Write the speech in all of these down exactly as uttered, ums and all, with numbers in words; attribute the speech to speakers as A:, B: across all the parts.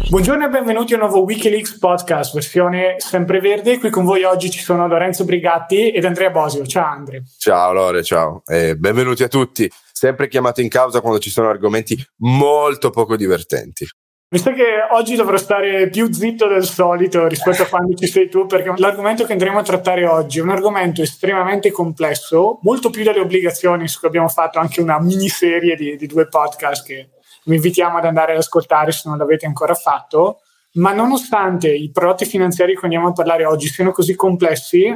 A: Buongiorno e benvenuti a un nuovo Wikileaks podcast, versione sempreverde. Qui con voi oggi ci sono Lorenzo Brigatti ed Andrea Bosio. Ciao Andre.
B: Ciao Lore, ciao e benvenuti a tutti. Sempre chiamato in causa quando ci sono argomenti molto poco divertenti.
A: Mi sa che oggi dovrò stare più zitto del solito rispetto a quando ci sei tu, perché l'argomento che andremo a trattare oggi è un argomento estremamente complesso, molto più delle obbligazioni, su cui abbiamo fatto anche una miniserie di, di due podcast che vi invitiamo ad andare ad ascoltare se non l'avete ancora fatto. Ma nonostante i prodotti finanziari che andiamo a parlare oggi siano così complessi,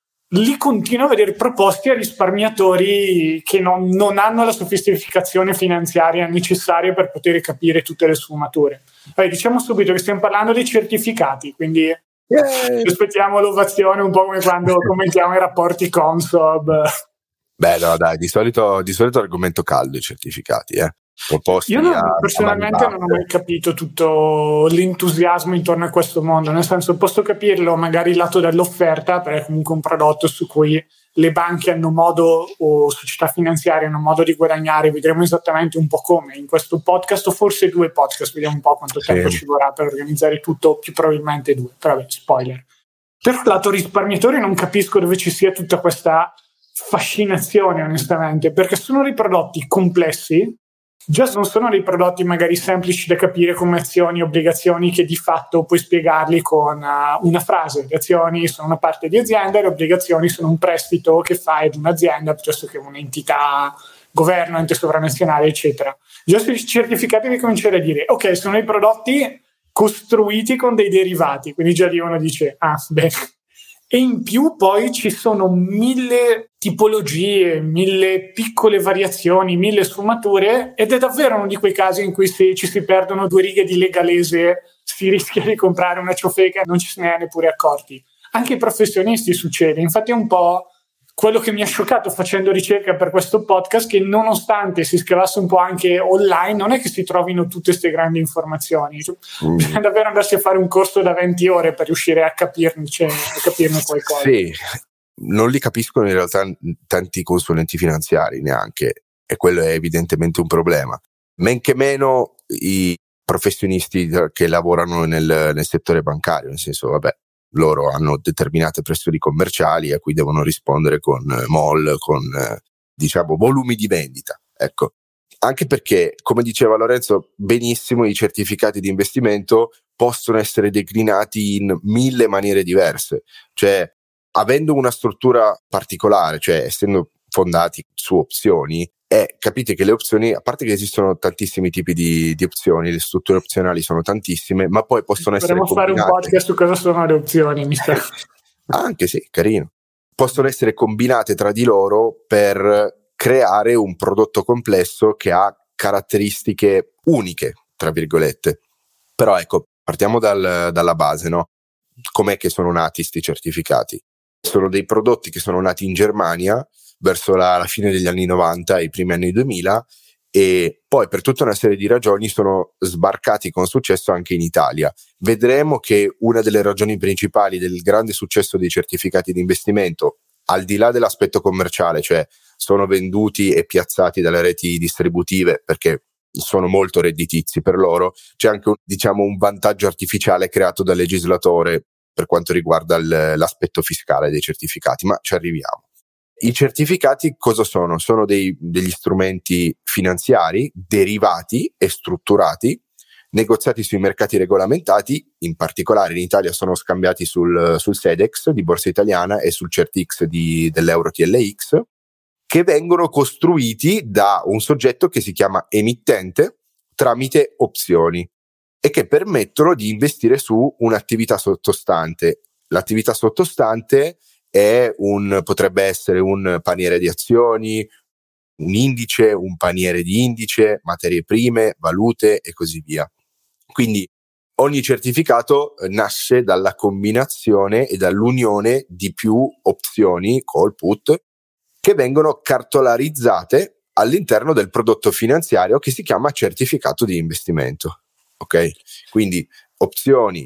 A: li continuo a vedere proposti a risparmiatori che non, non hanno la sofisticazione finanziaria necessaria per poter capire tutte le sfumature. Allora, diciamo subito che stiamo parlando dei certificati, quindi yeah. Aspettiamo l'ovazione, un po' come quando commentiamo i rapporti Consob.
B: Beh, no, dai, di solito, di solito argomento caldo i certificati, eh. Proposti
A: Io non,
B: a,
A: personalmente
B: a
A: non ho mai capito tutto l'entusiasmo intorno a questo mondo, nel senso posso capirlo magari il lato dell'offerta, perché è comunque un prodotto su cui le banche hanno modo o società finanziarie hanno modo di guadagnare, vedremo esattamente un po' come in questo podcast o forse due podcast, vediamo un po' quanto
B: sì.
A: tempo ci vorrà per organizzare tutto, più probabilmente due, però vabbè, spoiler. Per il lato risparmiatore non capisco dove ci sia tutta questa fascinazione onestamente, perché sono dei prodotti complessi. Già non sono dei prodotti magari semplici da capire come azioni e obbligazioni che di fatto puoi spiegarli con uh, una frase. Le azioni sono una parte di azienda, le obbligazioni sono un prestito che fai ad un'azienda piuttosto che un'entità, governo, ente sovranazionale, eccetera. Già sui certificati devi cominciare a dire, ok, sono dei prodotti costruiti con dei derivati, quindi già lì uno dice, ah, bene. E in più poi ci sono mille tipologie, mille piccole variazioni, mille sfumature, ed è davvero uno di quei casi in cui se ci si perdono due righe di legalese si rischia di comprare una ciofeca e non ci se ne è neppure accorti. Anche ai professionisti succede, infatti è un po' quello che mi ha scioccato facendo ricerca per questo podcast, che nonostante si scavasse un po' anche online, non è che si trovino tutte queste grandi informazioni. Cioè, mm. Bisogna davvero andarsi a fare un corso da venti ore per riuscire a capirne, cioè, a capirne qualcosa.
B: Sì, non li capiscono in realtà tanti consulenti finanziari neanche, e quello è evidentemente un problema. Men che meno i professionisti che lavorano nel, nel settore bancario, nel senso, vabbè, loro hanno determinate pressioni commerciali a cui devono rispondere con mall, con diciamo volumi di vendita, ecco. Anche perché, come diceva Lorenzo benissimo, i certificati di investimento possono essere declinati in mille maniere diverse, cioè avendo una struttura particolare, cioè essendo fondati su opzioni, e capite che le opzioni, a parte che esistono tantissimi tipi di, di opzioni, le strutture opzionali sono tantissime, ma poi possono essere
A: combinate. Dovremmo fare un podcast su cosa sono le opzioni, mi sta.
B: Anche sì, carino. Possono essere combinate tra di loro per creare un prodotto complesso che ha caratteristiche uniche, tra virgolette. Però ecco, partiamo dal, dalla base, no? Com'è che sono nati sti certificati? Sono dei prodotti che sono nati in Germania verso la, la fine degli anni novanta e i primi anni duemila, e poi per tutta una serie di ragioni sono sbarcati con successo anche in Italia. Vedremo che una delle ragioni principali del grande successo dei certificati di investimento, al di là dell'aspetto commerciale, cioè sono venduti e piazzati dalle reti distributive perché sono molto redditizi per loro, c'è anche un, diciamo un vantaggio artificiale creato dal legislatore per quanto riguarda il, l'aspetto fiscale dei certificati, ma ci arriviamo. I certificati cosa sono? Sono dei, degli strumenti finanziari derivati e strutturati, negoziati sui mercati regolamentati, in particolare in Italia sono scambiati sul, sul SEDEX di Borsa Italiana e sul CERTX di, dell'Euro T L X, che vengono costruiti da un soggetto che si chiama emittente tramite opzioni e che permettono di investire su un'attività sottostante. L'attività sottostante è un, potrebbe essere un paniere di azioni, un indice, un paniere di indice, materie prime, valute e così via. Quindi ogni certificato nasce dalla combinazione e dall'unione di più opzioni, call put, che vengono cartolarizzate all'interno del prodotto finanziario che si chiama certificato di investimento. Ok? Quindi opzioni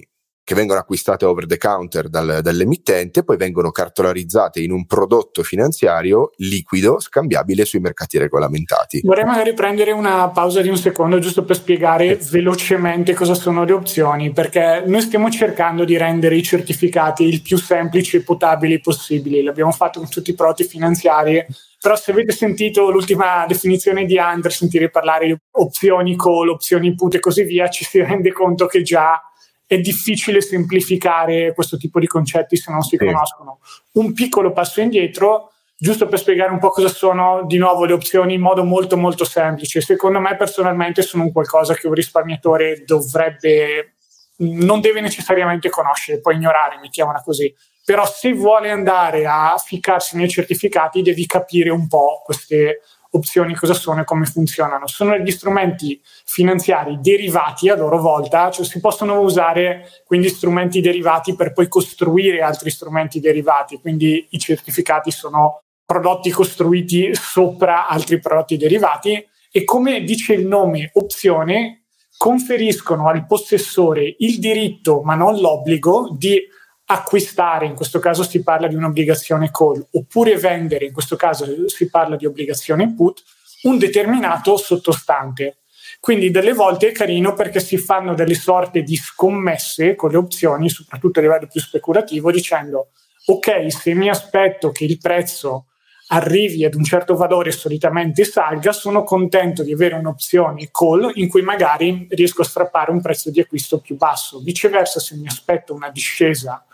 B: che vengono acquistate over the counter dal, dall'emittente, poi vengono cartolarizzate in un prodotto finanziario liquido scambiabile sui mercati regolamentati.
A: Vorrei magari prendere una pausa di un secondo giusto per spiegare velocemente cosa sono le opzioni, perché noi stiamo cercando di rendere i certificati il più semplici e potabili possibili. L'abbiamo fatto con tutti i prodotti finanziari, però se avete sentito l'ultima definizione di Andre, sentire parlare di opzioni call, opzioni put e così via, ci si rende conto che già è difficile semplificare questo tipo di concetti se non si sì. conoscono. Un piccolo passo indietro, giusto per spiegare un po' cosa sono di nuovo le opzioni in modo molto molto semplice. Secondo me personalmente sono un qualcosa che un risparmiatore dovrebbe, non deve necessariamente conoscere, può ignorare, mettiamola così. Però se vuole andare a ficcarsi nei certificati devi capire un po' queste opzioni cosa sono e come funzionano. Sono degli strumenti finanziari derivati a loro volta, cioè si possono usare quindi strumenti derivati per poi costruire altri strumenti derivati, quindi i certificati sono prodotti costruiti sopra altri prodotti derivati e, come dice il nome opzione, conferiscono al possessore il diritto ma non l'obbligo di acquistare, in questo caso si parla di un'obbligazione call, oppure vendere, in questo caso si parla di obbligazione put, un determinato sottostante. Quindi delle volte è carino perché si fanno delle sorte di scommesse con le opzioni, soprattutto a livello più speculativo, dicendo ok, se mi aspetto che il prezzo arrivi ad un certo valore e solitamente salga, sono contento di avere un'opzione call in cui magari riesco a strappare un prezzo di acquisto più basso. Viceversa, se mi aspetto una discesa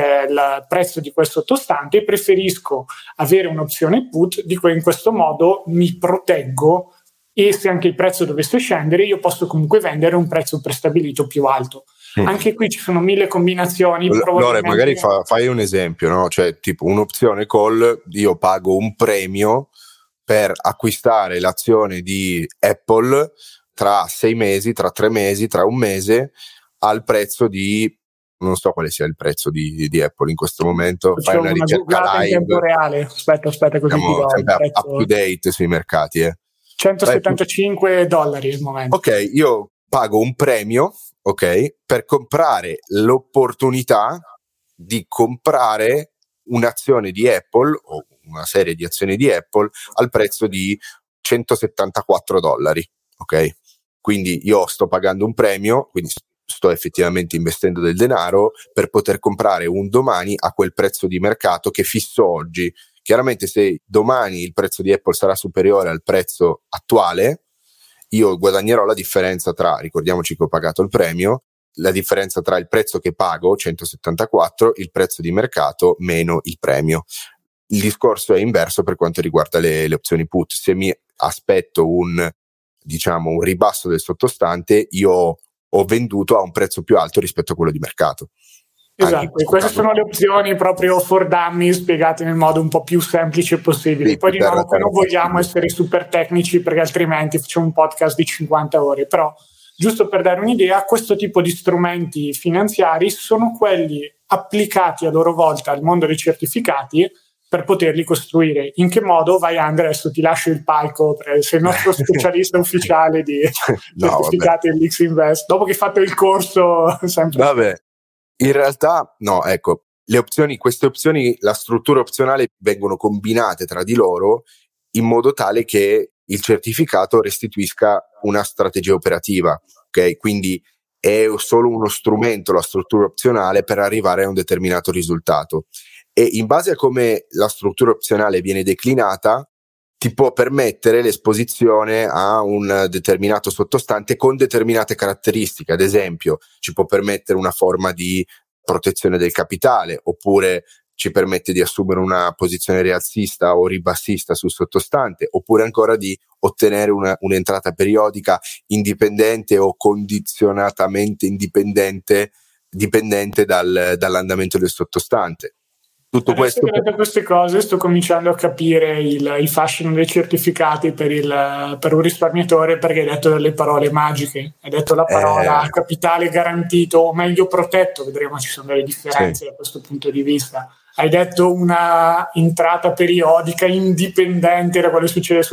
A: del prezzo di quel sottostante, preferisco avere un'opzione put, di cui in questo modo mi proteggo e se anche il prezzo dovesse scendere io posso comunque vendere un prezzo prestabilito più alto. Mm. Anche qui ci sono mille combinazioni.
B: Allora, magari fa, fai un esempio, no? Cioè tipo un'opzione call, io pago un premio per acquistare l'azione di Apple tra sei mesi, tra tre mesi, tra un mese al prezzo di, non so quale sia il prezzo di, di Apple in questo momento.
A: Faccio fai una, una ricerca live in tempo reale. Aspetta, aspetta, così
B: siamo
A: ti do
B: sempre prezzo... up to date sui mercati. Eh.
A: centosettantacinque Beh, dollari al momento.
B: Ok, io pago un premio, ok, per comprare l'opportunità di comprare un'azione di Apple o una serie di azioni di Apple al prezzo di centosettantaquattro dollari, ok? Quindi io sto pagando un premio, quindi sto effettivamente investendo del denaro per poter comprare un domani a quel prezzo di mercato che fisso oggi. Chiaramente se domani il prezzo di Apple sarà superiore al prezzo attuale, io guadagnerò la differenza tra, ricordiamoci che ho pagato il premio, la differenza tra il prezzo che pago, centosettantaquattro, il prezzo di mercato meno il premio. Il discorso è inverso per quanto riguarda le, le opzioni put. Se mi aspetto un, diciamo, un ribasso del sottostante, io ho venduto a un prezzo più alto rispetto a quello di mercato.
A: Esatto, e queste caso. sono le opzioni proprio for dummies spiegate nel modo un po' più semplice possibile. Sì, Poi di nuovo che non vogliamo essere super tecnici perché altrimenti facciamo un podcast di cinquanta ore, però giusto per dare un'idea, questo tipo di strumenti finanziari sono quelli applicati a loro volta al mondo dei certificati per poterli costruire. In che modo? Vai Andre, adesso ti lascio il palco, sei il nostro specialista ufficiale di no, certificati dell'X Invest, dopo che hai fatto il corso sempre.
B: Vabbè. In realtà, no, ecco, le opzioni, queste opzioni, la struttura opzionale vengono combinate tra di loro in modo tale che il certificato restituisca una strategia operativa, ok? Quindi è solo uno strumento, la struttura opzionale, per arrivare a un determinato risultato. E in base a come la struttura opzionale viene declinata, ti può permettere l'esposizione a un determinato sottostante con determinate caratteristiche. Ad esempio, ci può permettere una forma di protezione del capitale, oppure ci permette di assumere una posizione rialzista o ribassista sul sottostante, oppure ancora di ottenere una, un'entrata periodica indipendente o condizionatamente indipendente, dipendente dal, dall'andamento del sottostante. Tutto
A: Adesso
B: questo
A: che ho detto queste cose sto cominciando a capire il, il fascino dei certificati per, il, per un risparmiatore, perché hai detto delle parole magiche, hai detto la parola eh. capitale garantito o meglio protetto, vedremo, ci sono delle differenze sì. da questo punto di vista. Hai detto una entrata periodica indipendente da quello che succede su me.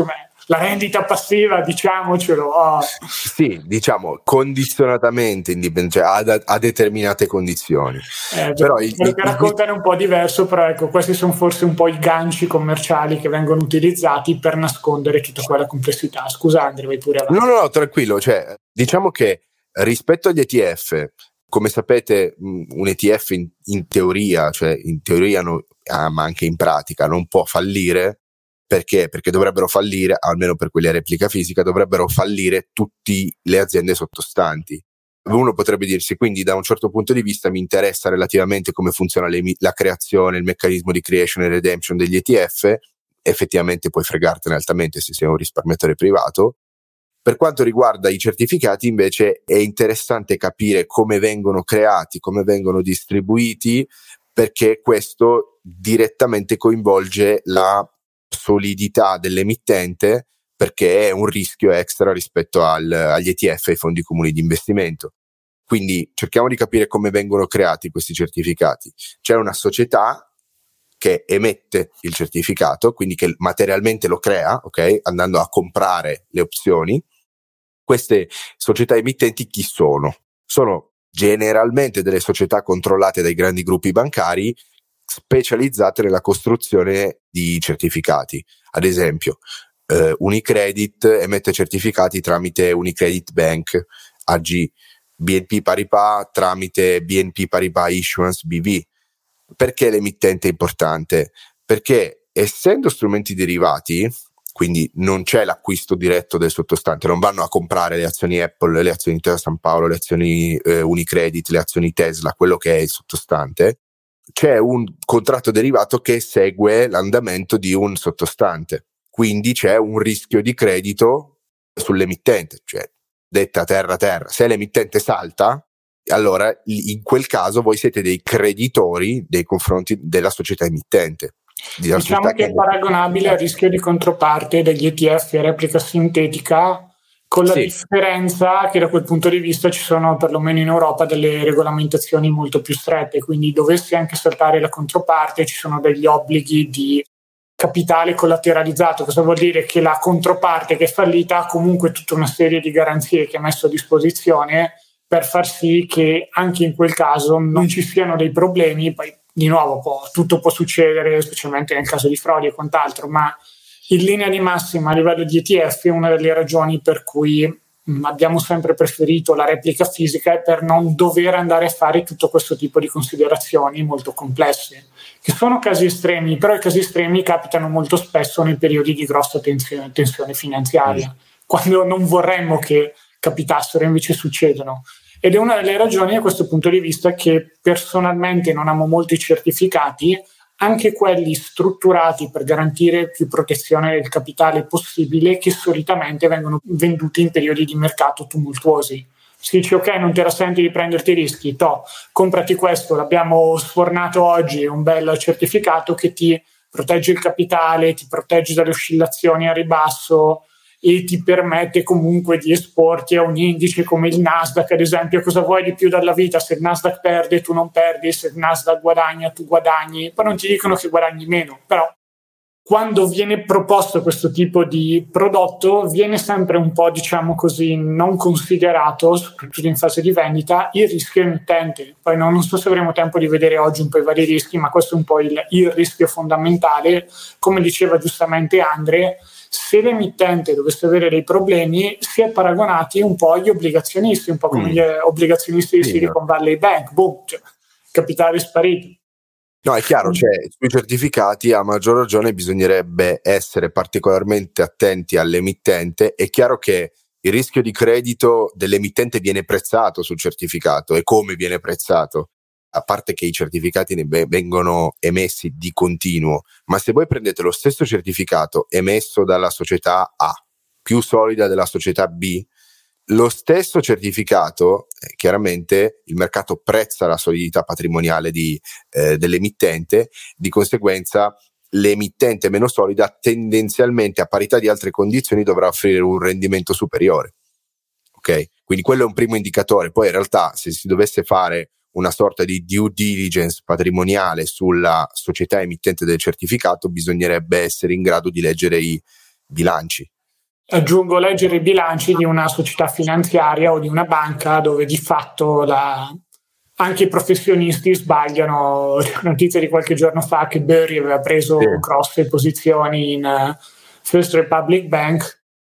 A: la rendita passiva, diciamocelo. Oh.
B: Sì, diciamo, diciamo, diciamocelo. Oh. Sì, diciamo, condizionatamente, cioè a, a determinate condizioni.
A: Eh, però il, quello che il, raccontano è un po' diverso, però ecco, questi sono forse un po' i ganci commerciali che vengono utilizzati per nascondere tutta quella complessità. Scusa Andrea, vai pure avanti.
B: No, no, no, tranquillo, cioè, diciamo che rispetto agli E T F, come sapete, un E T F in, in teoria, cioè in teoria no, ah, ma anche in pratica, non può fallire. Perché? Perché dovrebbero fallire, almeno per quelli a replica fisica, dovrebbero fallire tutte le aziende sottostanti. Uno potrebbe dirsi, quindi da un certo punto di vista mi interessa relativamente come funziona le, la creazione, il meccanismo di creation e redemption degli E T F, effettivamente puoi fregartene altamente se sei un risparmiatore privato. Per quanto riguarda i certificati invece è interessante capire come vengono creati, come vengono distribuiti, perché questo direttamente coinvolge la solidità dell'emittente, perché è un rischio extra rispetto al, agli E T F e ai fondi comuni di investimento. Quindi cerchiamo di capire come vengono creati questi certificati. C'è una società che emette il certificato, quindi che materialmente lo crea, ok, andando a comprare le opzioni. Queste società emittenti chi sono? Sono generalmente delle società controllate dai grandi gruppi bancari specializzate nella costruzione di certificati. Ad esempio, eh, Unicredit emette certificati tramite Unicredit Bank A G, B N P Paribas tramite B N P Paribas Issuance B V. Perché l'emittente è importante? Perché essendo strumenti derivati, quindi non c'è l'acquisto diretto del sottostante, non vanno a comprare le azioni Apple, le azioni Intesa San Paolo, le azioni eh, Unicredit, le azioni Tesla, quello che è il sottostante. C'è un contratto derivato che segue l'andamento di un sottostante, quindi c'è un rischio di credito sull'emittente, cioè detta terra terra. Se l'emittente salta, allora in quel caso voi siete dei creditori nei confronti della società emittente.
A: Diciamo che è paragonabile al rischio di controparte degli E T F a replica sintetica, con la sì. differenza che da quel punto di vista ci sono perlomeno in Europa delle regolamentazioni molto più strette, quindi dovessi anche saltare la controparte ci sono degli obblighi di capitale collateralizzato. Cosa vuol dire? Che la controparte che è fallita ha comunque tutta una serie di garanzie che ha messo a disposizione per far sì che anche in quel caso non ci siano dei problemi. Poi di nuovo può, tutto può succedere, specialmente nel caso di frodi e quant'altro, ma in linea di massima a livello di E T F una delle ragioni per cui mh, abbiamo sempre preferito la replica fisica è per non dover andare a fare tutto questo tipo di considerazioni molto complesse, che sono casi estremi, però i casi estremi capitano molto spesso nei periodi di grossa tensione, tensione finanziaria, mm. quando non vorremmo che capitassero, invece succedono. Ed è una delle ragioni a questo punto di vista che personalmente non amo molto i certificati, anche quelli strutturati per garantire più protezione del capitale possibile, che solitamente vengono venduti in periodi di mercato tumultuosi. Si dice ok, non te la senti di prenderti i rischi, to, comprati questo, l'abbiamo sfornato oggi, un bel certificato che ti protegge il capitale, ti protegge dalle oscillazioni a ribasso e ti permette comunque di esporti a un indice come il Nasdaq, ad esempio. Cosa vuoi di più dalla vita? Se il Nasdaq perde tu non perdi, se il Nasdaq guadagna tu guadagni. Poi non ti dicono che guadagni meno, però quando viene proposto questo tipo di prodotto viene sempre un po', diciamo così, non considerato, soprattutto in fase di vendita, il rischio emittente. Poi non, non so se avremo tempo di vedere oggi un po' i vari rischi, ma questo è un po' il, il rischio fondamentale. Come diceva giustamente Andre, se l'emittente dovesse avere dei problemi, si è paragonati un po' agli obbligazionisti, un po' come mm. gli obbligazionisti di sì, Silicon Valley Bank, boom, cioè, capitale sparito.
B: No, è chiaro, cioè sui certificati a maggior ragione bisognerebbe essere particolarmente attenti all'emittente. È chiaro che il rischio di credito dell'emittente viene prezzato sul certificato e come viene prezzato, a parte che i certificati ne vengono emessi di continuo, ma se voi prendete lo stesso certificato emesso dalla società A più solida della società B, lo stesso certificato, eh, chiaramente il mercato prezza la solidità patrimoniale di, eh, dell'emittente, di conseguenza l'emittente meno solida tendenzialmente a parità di altre condizioni dovrà offrire un rendimento superiore. Ok? Quindi quello è un primo indicatore. Poi in realtà se si dovesse fare una sorta di due diligence patrimoniale sulla società emittente del certificato, bisognerebbe essere in grado di leggere i bilanci.
A: aggiungo, leggere i bilanci di una società finanziaria o di una banca dove di fatto la, anche i professionisti sbagliano. Notizia di qualche giorno fa che Burry aveva preso
B: Sì.
A: grosse posizioni in uh, First Republic Bank,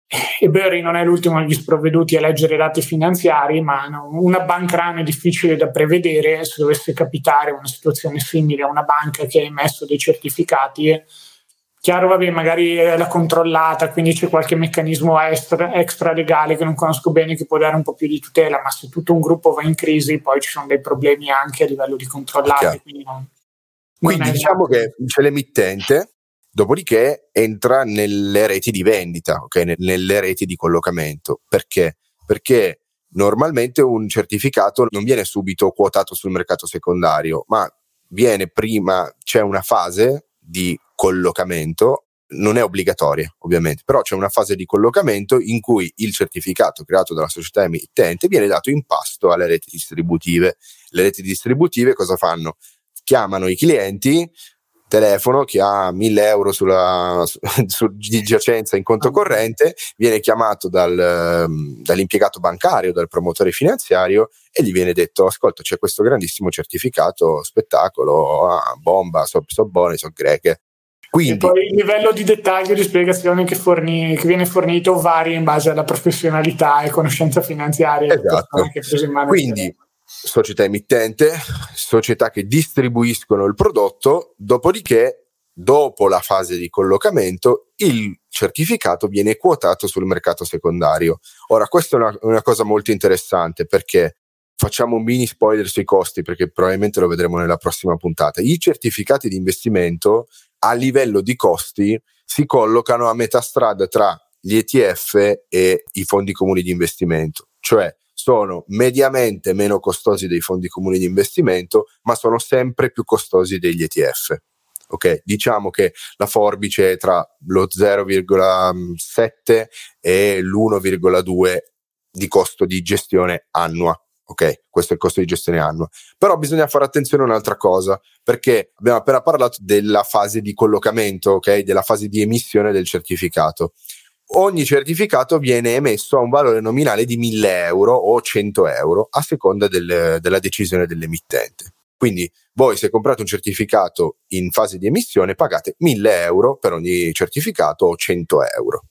A: e Burry non è l'ultimo degli sprovveduti a leggere i dati finanziari, ma no, una bank run è difficile da prevedere. Se dovesse capitare una situazione simile a una banca che ha emesso dei certificati, chiaro, vabbè, magari è la controllata, quindi c'è qualche meccanismo extra, extra legale che non conosco bene, che può dare un po' più di tutela, ma se tutto un gruppo va in crisi poi ci sono dei problemi anche a livello di controllati. Quindi, non,
B: quindi
A: non
B: diciamo
A: esatto.
B: che c'è l'emittente, dopodiché entra nelle reti di vendita, ok, nelle reti di collocamento. Perché? Perché normalmente un certificato non viene subito quotato sul mercato secondario, ma viene prima, c'è una fase di collocamento, non è obbligatoria ovviamente, però c'è una fase di collocamento in cui il certificato creato dalla società emittente viene dato in pasto alle reti distributive. Le reti distributive cosa fanno? Chiamano i clienti, telefono, chi ha mille euro sulla, su, su, di giacenza in conto corrente, viene chiamato dal, dall'impiegato bancario, dal promotore finanziario, e gli viene detto: ascolta, c'è questo grandissimo certificato, spettacolo, ah, bomba, so, so buone, so greche. Quindi,
A: e poi il livello di dettaglio di spiegazione che, forni, che viene fornito varia in base alla professionalità e conoscenza finanziaria.
B: Esatto.
A: Che preso in mano.
B: Quindi società emittente, società che distribuiscono il prodotto, dopodiché, dopo la fase di collocamento, il certificato viene quotato sul mercato secondario. Ora, questa è una, una cosa molto interessante, perché facciamo un mini spoiler sui costi, perché probabilmente lo vedremo nella prossima puntata. I certificati di investimento a livello di costi si collocano a metà strada tra gli E T F e i fondi comuni di investimento, cioè sono mediamente meno costosi dei fondi comuni di investimento, ma sono sempre più costosi degli E T F. Ok, diciamo che la forbice è tra lo zero virgola sette e l'uno virgola due di costo di gestione annua. Ok, questo è il costo di gestione annua. Però bisogna fare attenzione a un'altra cosa, perché abbiamo appena parlato della fase di collocamento, ok, della fase di emissione del certificato. Ogni certificato viene emesso a un valore nominale di mille euro o cento euro a seconda del, della decisione dell'emittente. Quindi voi, se comprate un certificato in fase di emissione, pagate mille euro per ogni certificato o cento euro.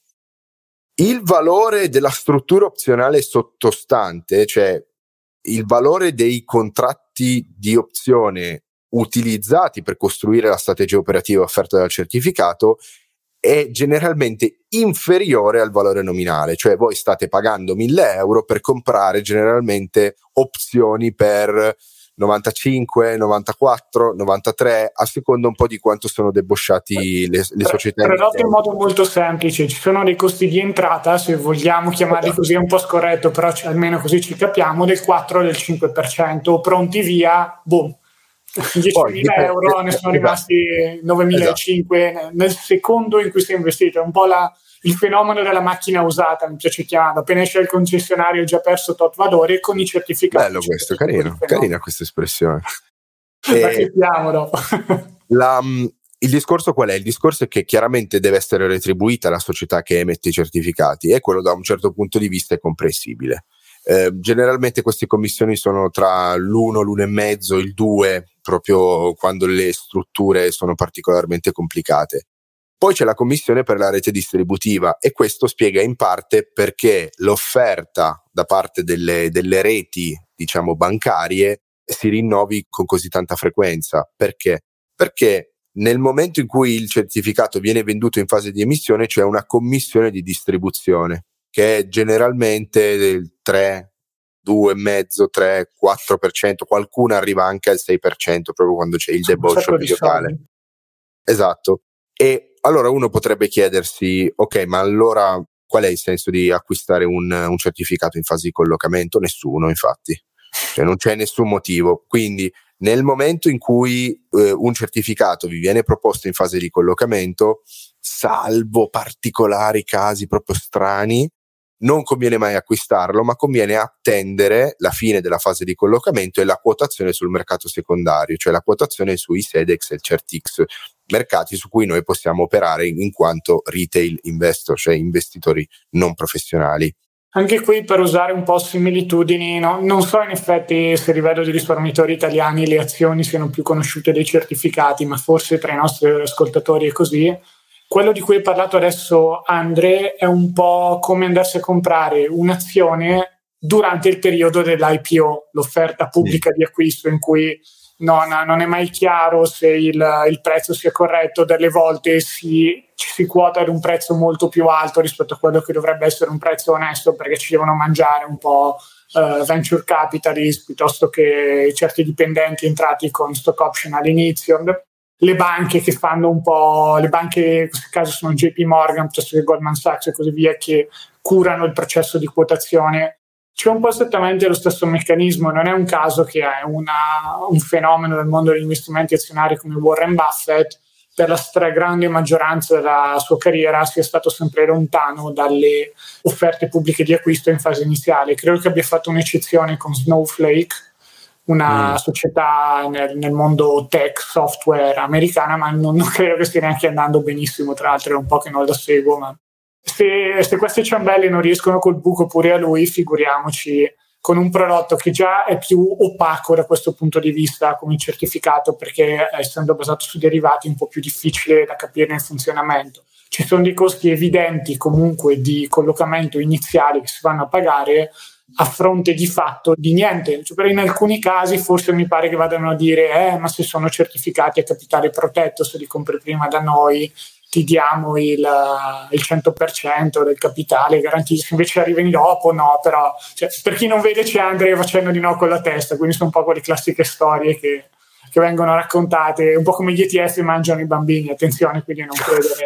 B: Il valore della struttura opzionale sottostante, cioè il valore dei contratti di opzione utilizzati per costruire la strategia operativa offerta dal certificato, è generalmente inferiore al valore nominale, cioè voi state pagando mille euro per comprare generalmente opzioni per novantacinque, novantaquattro, novantatré, a seconda un po' di quanto sono debosciati le, le società.
A: Tradotto in modo molto semplice, ci sono dei costi di entrata, se vogliamo chiamarli così è un po' scorretto, però almeno così ci capiamo, del quattro o del cinque per cento, pronti via, boom. diecimila euro, ne sono rimasti novemilacinquecento esatto. Nel secondo in cui si è investito. È un po' la, il fenomeno della macchina usata, mi piace chiamarlo. Appena esce il concessionario, già perso tot valore, e con i certificati.
B: Bello questo, carino, carina questa espressione.
A: La capiamo dopo.
B: La, il discorso qual è? Il discorso è che chiaramente deve essere retribuita la società che emette i certificati, e quello da un certo punto di vista è comprensibile. Eh, generalmente queste commissioni sono tra l'uno, l'uno e mezzo, il due, proprio quando le strutture sono particolarmente complicate. Poi c'è la commissione per la rete distributiva, e questo spiega in parte perché l'offerta da parte delle, delle reti, diciamo, bancarie si rinnovi con così tanta frequenza. Perché? Perché nel momento in cui il certificato viene venduto in fase di emissione c'è una commissione di distribuzione che è generalmente del tre, due virgola cinque, tre, quattro per cento, qualcuna arriva anche al sei per cento proprio quando c'è il deboccio periodale. Esatto. E allora uno potrebbe chiedersi: ok, ma allora qual è il senso di acquistare un, un certificato in fase di collocamento? Nessuno, infatti. Cioè non c'è nessun motivo. Quindi nel momento in cui eh, un certificato vi viene proposto in fase di collocamento, salvo particolari casi proprio strani, non conviene mai acquistarlo, ma conviene attendere la fine della fase di collocamento e la quotazione sul mercato secondario, cioè la quotazione sui Sedex e il Certix, mercati su cui noi possiamo operare in quanto retail investor, cioè investitori non professionali.
A: Anche qui, per usare un po' similitudini, no? Non so in effetti se a livello di risparmiatori italiani le azioni siano più conosciute dei certificati, ma forse tra i nostri ascoltatori è così. Quello di cui hai parlato adesso, Andre, è un po' come andarsi a comprare un'azione durante il periodo dell'I P O, l'offerta pubblica di acquisto, in cui non, non è mai chiaro se il, il prezzo sia corretto. Delle volte si, ci si quota ad un prezzo molto più alto rispetto a quello che dovrebbe essere un prezzo onesto, perché ci devono mangiare un po' uh, venture capitalist piuttosto che certi dipendenti entrati con stock option all'inizio. Le banche che fanno un po', le banche in questo caso sono J P Morgan piuttosto che Goldman Sachs e così via, che curano il processo di quotazione. C'è un po' esattamente lo stesso meccanismo. Non è un caso che è una, un fenomeno del mondo degli investimenti azionari come Warren Buffett, per la stragrande maggioranza della sua carriera, sia stato sempre lontano dalle offerte pubbliche di acquisto in fase iniziale. Credo che abbia fatto un'eccezione con Snowflake, una mm. società nel, nel mondo tech, software americana, ma non, non credo che stia neanche andando benissimo. Tra l'altro è un po' che non la seguo, ma se, se queste ciambelle non riescono col buco pure a lui, figuriamoci con un prodotto che già è più opaco da questo punto di vista come il certificato, perché essendo basato su derivati è un po' più difficile da capire il funzionamento. Ci sono dei costi evidenti comunque di collocamento iniziali che si vanno a pagare a fronte di fatto di niente. Cioè, in alcuni casi forse mi pare che vadano a dire eh, ma se sono certificati a capitale protetto, se li compri prima da noi ti diamo il, il cento per cento del capitale garantito, invece arrivi dopo no. Però cioè, per chi non vede c'è Andrea facendo di no con la testa, quindi sono un po' quelle classiche storie che, che vengono raccontate, un po' come gli E T F mangiano i bambini, attenzione, quindi non credere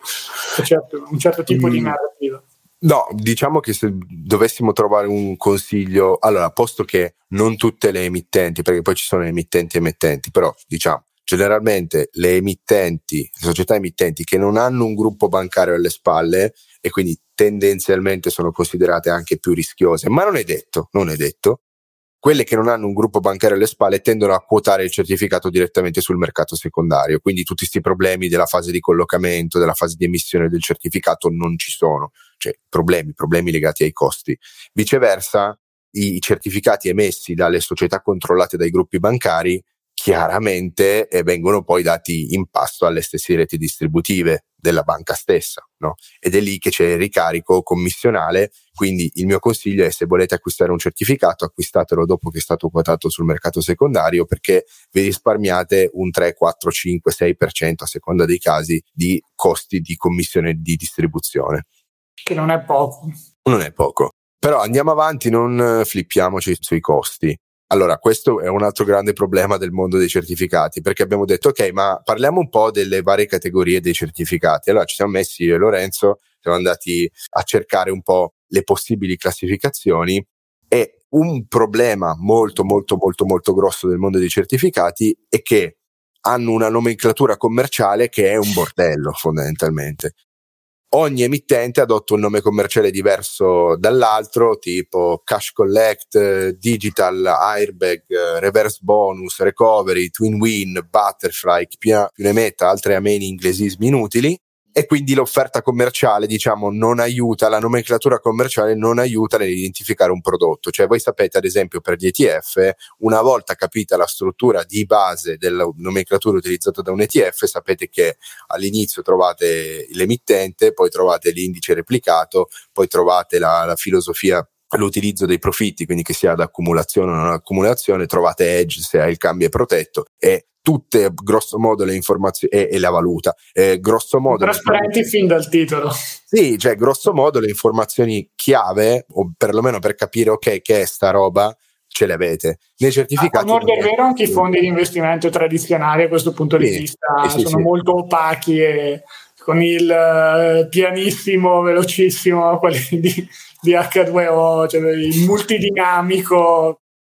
A: a certo, un certo tipo mm. di narrativa.
B: No, diciamo che se dovessimo trovare un consiglio, allora, posto che non tutte le emittenti, perché poi ci sono emittenti e emittenti, però diciamo, generalmente le emittenti, le società emittenti che non hanno un gruppo bancario alle spalle e quindi tendenzialmente sono considerate anche più rischiose, ma non è detto, non è detto. Quelle che non hanno un gruppo bancario alle spalle tendono a quotare il certificato direttamente sul mercato secondario, quindi tutti questi problemi della fase di collocamento, della fase di emissione del certificato non ci sono, cioè problemi, problemi legati ai costi. Viceversa, i certificati emessi dalle società controllate dai gruppi bancari chiaramente eh, vengono poi dati in pasto alle stesse reti distributive della banca stessa, no? Ed è lì che c'è il ricarico commissionale. Quindi il mio consiglio è: se volete acquistare un certificato, acquistatelo dopo che è stato quotato sul mercato secondario, perché vi risparmiate un tre, quattro, cinque, sei per cento a seconda dei casi di costi di commissione di distribuzione,
A: che non è poco.
B: Non è poco. Però andiamo avanti, non flippiamoci sui costi. Allora, questo è un altro grande problema del mondo dei certificati, perché abbiamo detto ok, ma parliamo un po' delle varie categorie dei certificati. Allora ci siamo messi io e Lorenzo, siamo andati a cercare un po' le possibili classificazioni, e un problema molto molto molto molto grosso del mondo dei certificati è che hanno una nomenclatura commerciale che è un bordello fondamentalmente. Ogni emittente adotta un nome commerciale diverso dall'altro, tipo Cash Collect, Digital, Airbag, Reverse Bonus, Recovery, Twin Win, Butterfly, più ne metta, altre ameni inglesismi inutili. E quindi l'offerta commerciale, diciamo, non aiuta, la nomenclatura commerciale non aiuta nell'identificare un prodotto. Cioè, voi sapete, ad esempio, per gli E T F, una volta capita la struttura di base della nomenclatura utilizzata da un E T F, sapete che all'inizio trovate l'emittente, poi trovate l'indice replicato, poi trovate la, la filosofia, l'utilizzo dei profitti, quindi che sia ad accumulazione o non accumulazione, trovate hedge se il cambio è protetto, e tutte grosso modo le informazioni e, e la valuta eh, grosso modo
A: trasparenti fin dal titolo.
B: Sì, cioè grosso modo le informazioni chiave, o perlomeno per capire ok che è sta roba, ce le avete nei certificati.
A: A onor vero, anche i fondi di investimento tradizionali a questo punto sì, di vista sì, sono sì, molto opachi, e con il uh, pianissimo velocissimo quelli di, di acca due o, cioè il multidinamico.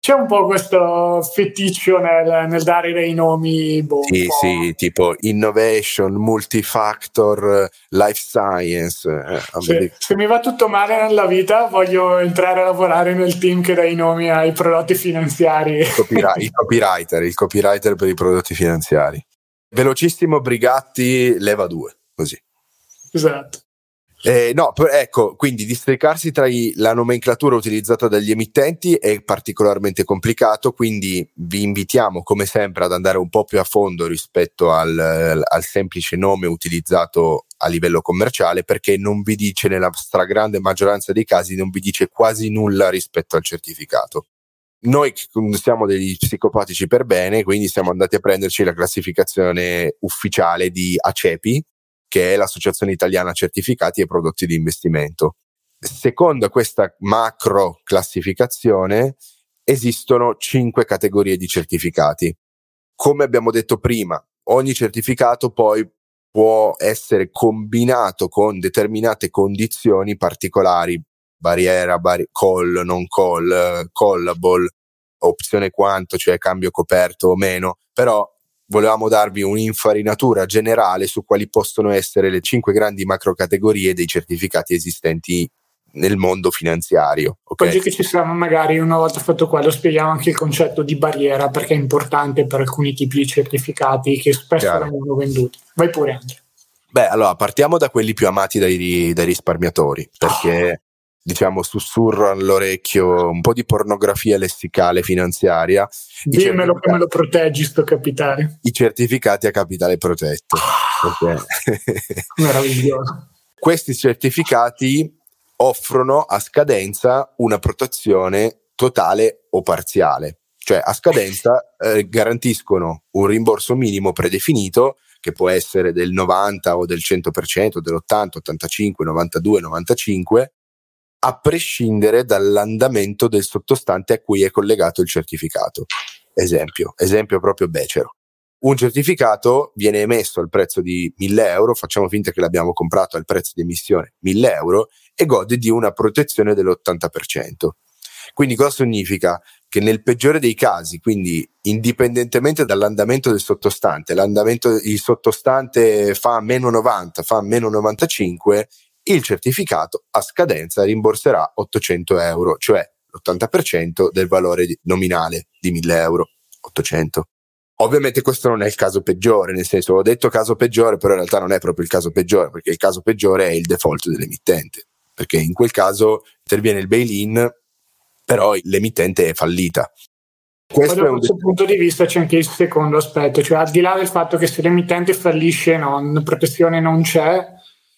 A: C'è un po' questo feticcio nel, nel dare dei nomi, boh,
B: sì, sì, tipo innovation, multifactor, life science. Eh,
A: se, se mi va tutto male nella vita, voglio entrare a lavorare nel team che dà i nomi ai prodotti finanziari.
B: Il, copyright, il copywriter, il copywriter per i prodotti finanziari. Velocissimo, Brigatti, leva due, così.
A: Esatto.
B: Eh, no, per, ecco, quindi districarsi tra i, la nomenclatura utilizzata dagli emittenti è particolarmente complicato, quindi vi invitiamo come sempre ad andare un po' più a fondo rispetto al, al semplice nome utilizzato a livello commerciale, perché non vi dice, nella stragrande maggioranza dei casi, non vi dice quasi nulla rispetto al certificato. Noi siamo degli psicopatici per bene, quindi siamo andati a prenderci la classificazione ufficiale di ACEPI, che è l'Associazione Italiana Certificati e Prodotti di Investimento. Secondo questa macro classificazione esistono cinque categorie di certificati. Come abbiamo detto prima, ogni certificato poi può essere combinato con determinate condizioni particolari, barriera, bar- call, non call, callable, opzione quanto, cioè cambio coperto o meno, però volevamo darvi un'infarinatura generale su quali possono essere le cinque grandi macro categorie dei certificati esistenti nel mondo finanziario. Okay?
A: Oggi che ci siamo, magari una volta fatto quello, spieghiamo anche il concetto di barriera, perché è importante per alcuni tipi di certificati che spesso
B: Chiaro.
A: vengono venduti. Vai pure, Andrea.
B: Beh, allora partiamo da quelli più amati dai, dai risparmiatori, perché oh. diciamo sussurro all'orecchio un po' di pornografia lessicale finanziaria.
A: Dimmelo che me lo proteggi sto capitale.
B: I certificati a capitale protetto. Okay.
A: Meraviglioso.
B: Questi certificati offrono a scadenza una protezione totale o parziale, cioè a scadenza eh, garantiscono un rimborso minimo predefinito che può essere del novanta o del cento per cento, dell'ottanta, ottantacinque, novantadue, novantacinque, a prescindere dall'andamento del sottostante a cui è collegato il certificato. Esempio, esempio proprio becero. Un certificato viene emesso al prezzo di mille euro, facciamo finta che l'abbiamo comprato al prezzo di emissione mille euro e gode di una protezione dell'ottanta per cento. Quindi cosa significa? Che nel peggiore dei casi, quindi indipendentemente dall'andamento del sottostante, l'andamento, il sottostante fa meno novanta, fa meno novantacinque, il certificato a scadenza rimborserà ottocento euro, cioè l'ottanta per cento del valore di, nominale di mille euro, ottocento. Ovviamente questo non è il caso peggiore, nel senso, ho detto caso peggiore, però in realtà non è proprio il caso peggiore, perché il caso peggiore è il default dell'emittente, perché in quel caso interviene il bail-in, però l'emittente è fallita.
A: Questo Poi da questo de- punto di vista c'è anche il secondo aspetto, cioè al di là del fatto che se l'emittente fallisce, no, protezione non c'è,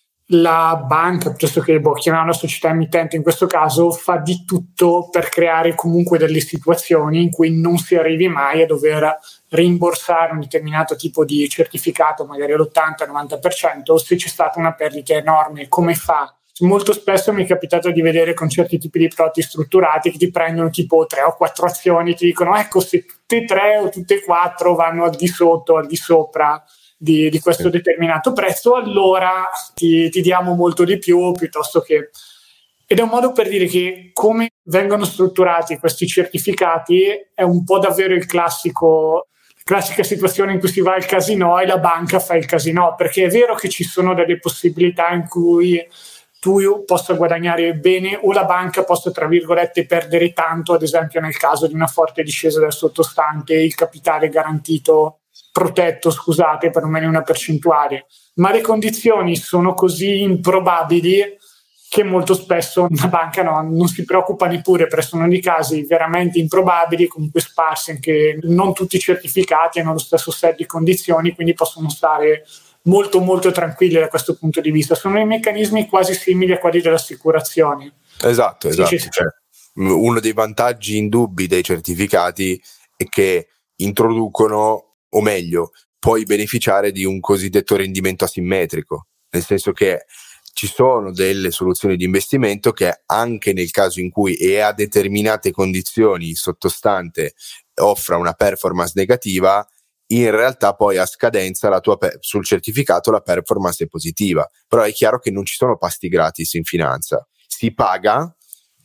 A: la banca, piuttosto che boh, chiamiamo la società emittente in questo caso, fa di tutto per creare comunque delle situazioni in cui non si arrivi mai a dover rimborsare un determinato tipo di certificato, magari all'ottanta novanta per cento, se c'è stata una perdita enorme. Come fa? Molto spesso mi è capitato di vedere con certi tipi di prodotti strutturati che ti prendono tipo tre o quattro azioni, ti dicono ecco, se tutte e tre o tutte e quattro vanno al di sotto, al di sopra Di, di questo determinato prezzo, allora ti, ti diamo molto di più, piuttosto che... Ed è un modo per dire che come vengono strutturati questi certificati è un po' davvero il classico, la classica situazione in cui si va al casino e la banca fa il casino, perché è vero che ci sono delle possibilità in cui tu possa guadagnare bene o la banca possa, tra virgolette, perdere tanto, ad esempio nel caso di una forte discesa del sottostante, il capitale garantito protetto, scusate, per almeno una percentuale, ma le condizioni sono così improbabili che molto spesso una banca no, non si preoccupa neppure, perché sono dei casi veramente improbabili, comunque sparsi, anche non tutti i certificati hanno lo stesso set di condizioni, quindi possono stare molto molto tranquilli da questo punto di vista. Sono dei meccanismi quasi simili a quelli delle assicurazioni.
B: Esatto, esatto.
A: Sì, sì.
B: Cioè, uno dei vantaggi indubbi dei certificati è che introducono, o meglio, puoi beneficiare di un cosiddetto rendimento asimmetrico, nel senso che ci sono delle soluzioni di investimento che anche nel caso in cui e a determinate condizioni il sottostante offra una performance negativa, in realtà poi a scadenza la tua pe- sul certificato la performance è positiva. Però è chiaro che non ci sono pasti gratis in finanza, si paga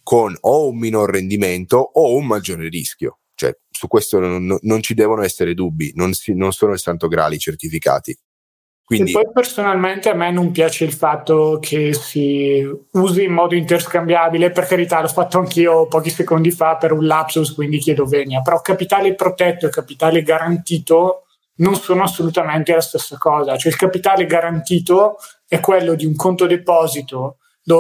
B: con o un minor rendimento o un maggiore rischio. Cioè, su questo non, non ci devono essere dubbi, non, si, non sono il santo graal i certificati. Quindi,
A: e poi personalmente a me non piace il fatto che si usi in modo interscambiabile, per carità l'ho fatto anch'io pochi secondi fa per un lapsus, quindi chiedo venia, però capitale protetto e capitale garantito non sono assolutamente la stessa cosa. Cioè il capitale garantito è quello di un conto deposito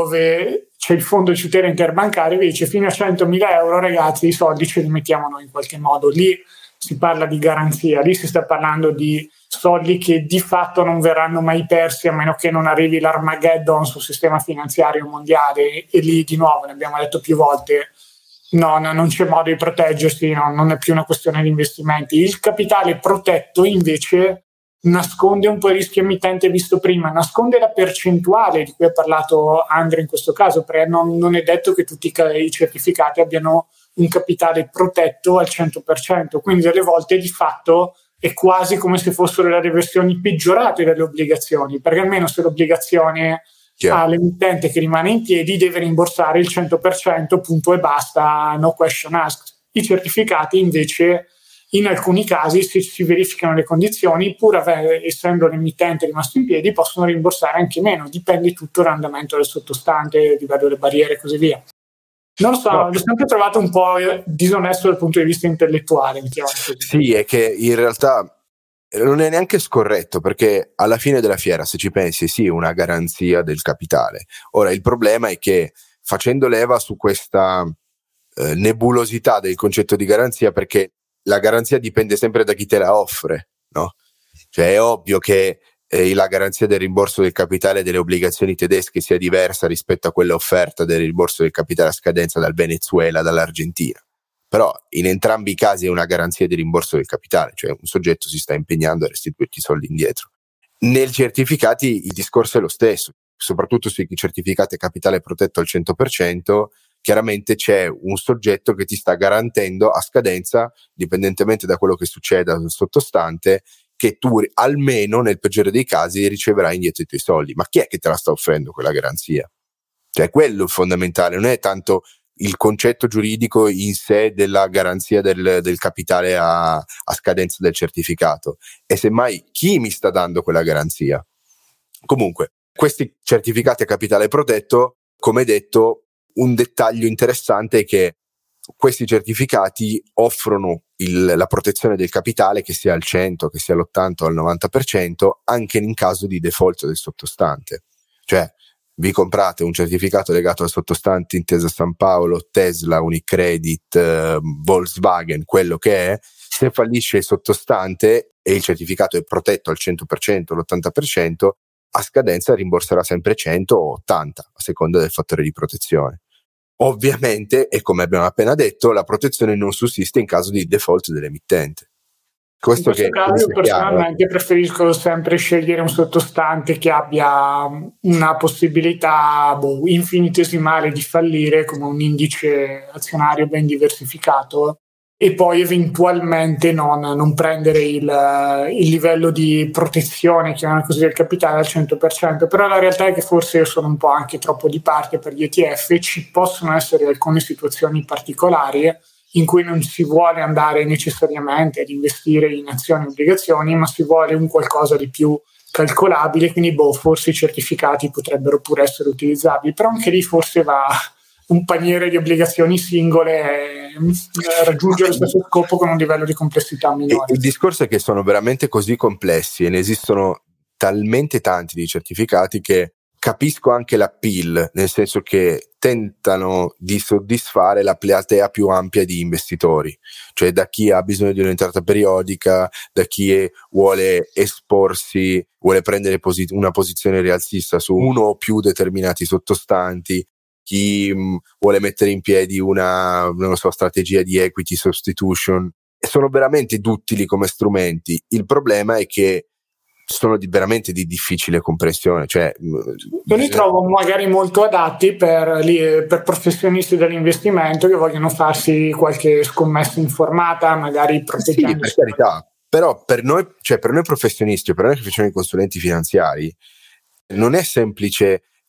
A: dove c'è il fondo di tutela interbancario che dice fino a centomila euro ragazzi i soldi ce li mettiamo noi in qualche modo. Lì si parla di garanzia, lì si sta parlando di soldi che di fatto non verranno mai persi a meno che non arrivi l'Armageddon sul sistema finanziario mondiale, e lì di nuovo ne abbiamo detto più volte no, no non c'è modo di proteggersi, no, non è più una questione di investimenti. Il capitale protetto invece nasconde un po' il rischio emittente visto prima, nasconde la percentuale di cui ha parlato Andrea in questo caso, perché non, non è detto che tutti i certificati abbiano un capitale protetto al cento per cento, quindi delle volte di fatto è quasi come se fossero le versioni peggiorate delle obbligazioni, perché almeno se l'obbligazione ha l'emittente che rimane in piedi deve rimborsare il cento per cento, punto e basta, no question asked. I certificati invece in alcuni casi, se si verificano le condizioni, pur avere, essendo l'emittente rimasto in piedi, possono rimborsare anche meno, dipende tutto dall'andamento del sottostante, il livello delle barriere e così via. Non lo so, no. L'ho sempre trovato un po' disonesto dal punto di vista intellettuale.
B: Sì, è che in realtà non è neanche scorretto, perché alla fine della fiera, se ci pensi, sì, una garanzia del capitale. Ora, il problema è che facendo leva su questa eh, nebulosità del concetto di garanzia, perché la garanzia dipende sempre da chi te la offre, no? Cioè è ovvio che eh, la garanzia del rimborso del capitale delle obbligazioni tedesche sia diversa rispetto a quella offerta del rimborso del capitale a scadenza dal Venezuela, dall'Argentina. Però in entrambi i casi è una garanzia di rimborso del capitale, cioè un soggetto si sta impegnando a restituirti i soldi indietro. Nei certificati il discorso è lo stesso, soprattutto sui certificati a capitale protetto al cento per cento, chiaramente c'è un soggetto che ti sta garantendo a scadenza, dipendentemente da quello che succeda sul sottostante, che tu almeno nel peggiore dei casi riceverai indietro i tuoi soldi. Ma chi è che te la sta offrendo quella garanzia? Cioè quello è il fondamentale, non è tanto il concetto giuridico in sé della garanzia del, del capitale a, a scadenza del certificato, e semmai chi mi sta dando quella garanzia. Comunque, questi certificati a capitale protetto, come detto, un dettaglio interessante è che questi certificati offrono il, la protezione del capitale, che sia al cento, che sia all'ottanta o al novanta per cento, anche in caso di default del sottostante. Cioè, vi comprate un certificato legato al sottostante Intesa San Paolo, Tesla, Unicredit, eh, Volkswagen, quello che è, se fallisce il sottostante e il certificato è protetto al cento per cento, all'ottanta per cento, a scadenza rimborserà sempre cento o ottanta, a seconda del fattore di protezione. Ovviamente, e come abbiamo appena detto, la protezione non sussiste in caso di default dell'emittente.
A: Questo in questo che, caso io personalmente chiaro. Preferisco sempre scegliere un sottostante che abbia una possibilità boh, infinitesimale di fallire, come un indice azionario ben diversificato, e poi eventualmente non, non prendere il, il livello di protezione, chiamiamolo così, del capitale al cento per cento. Però la realtà è che forse io sono un po' anche troppo di parte per gli E T F, ci possono essere alcune situazioni particolari in cui non si vuole andare necessariamente ad investire in azioni e obbligazioni, ma si vuole un qualcosa di più calcolabile, quindi boh, forse i certificati potrebbero pure essere utilizzabili, però anche lì forse va un paniere di obbligazioni singole e raggiungere lo stesso scopo con un livello di complessità minore.
B: Il discorso è che sono veramente così complessi e ne esistono talmente tanti di certificati che capisco anche l'appeal, nel senso che tentano di soddisfare la platea più ampia di investitori, cioè da chi ha bisogno di un'entrata periodica, da chi è, vuole esporsi, vuole prendere posi- una posizione rialzista su uno o più determinati sottostanti, chi mh, vuole mettere in piedi una, non so, strategia di equity substitution. Sono veramente utili come strumenti. Il problema è che sono di, veramente di difficile comprensione, cioè
A: io li trovo magari molto adatti per, per professionisti dell'investimento che vogliono farsi qualche scommessa informata, magari proteggendo.
B: Sì, per carità, però per noi, cioè per noi professionisti, per noi che facciamo i consulenti finanziari, non è semplice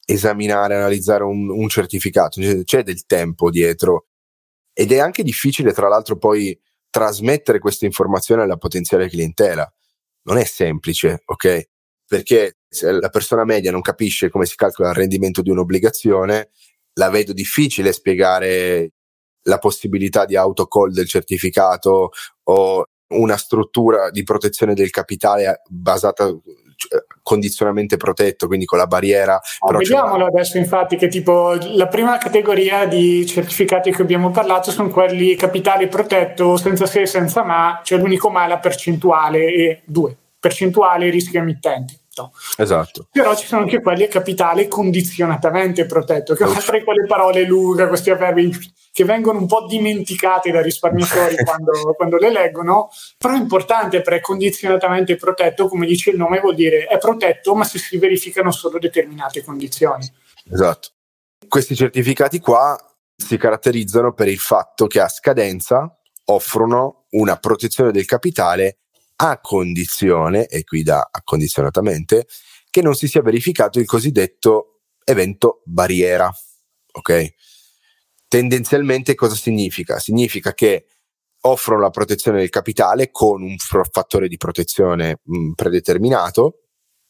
B: esaminare, analizzare un, un certificato, c'è, c'è del tempo dietro ed è anche difficile tra l'altro poi trasmettere questa informazione alla potenziale clientela. Non è semplice, ok? Perché se la persona media non capisce come si calcola il rendimento di un'obbligazione, la vedo difficile spiegare la possibilità di autocall del certificato o una struttura di protezione del capitale basata cioè, condizionalmente protetto, quindi con la barriera.
A: Oh,
B: però
A: vediamolo adesso, infatti, che tipo la prima categoria di certificati che abbiamo parlato sono quelli capitale protetto, senza se e senza ma, cioè l'unico ma è la percentuale e due, percentuale rischi emittenti. No.
B: Esatto.
A: Però ci sono anche quelli a capitale condizionatamente protetto, che sono tra quelle parole lunghe, questi avverbi che vengono un po' dimenticati dai risparmiatori quando, quando le leggono, però è importante perché condizionatamente protetto, come dice il nome, vuol dire è protetto ma se si verificano solo determinate condizioni.
B: Esatto. Questi certificati qua si caratterizzano per il fatto che a scadenza offrono una protezione del capitale a condizione, e qui da accondizionatamente, che non si sia verificato il cosiddetto evento barriera, ok? Tendenzialmente cosa significa? Significa che offrono la protezione del capitale con un fattore di protezione mh, predeterminato,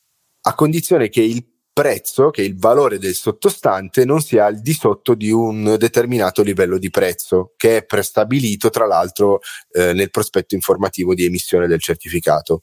B: a condizione che il prezzo, che il valore del sottostante non sia al di sotto di un determinato livello di prezzo che è prestabilito tra l'altro eh, nel prospetto informativo di emissione del certificato.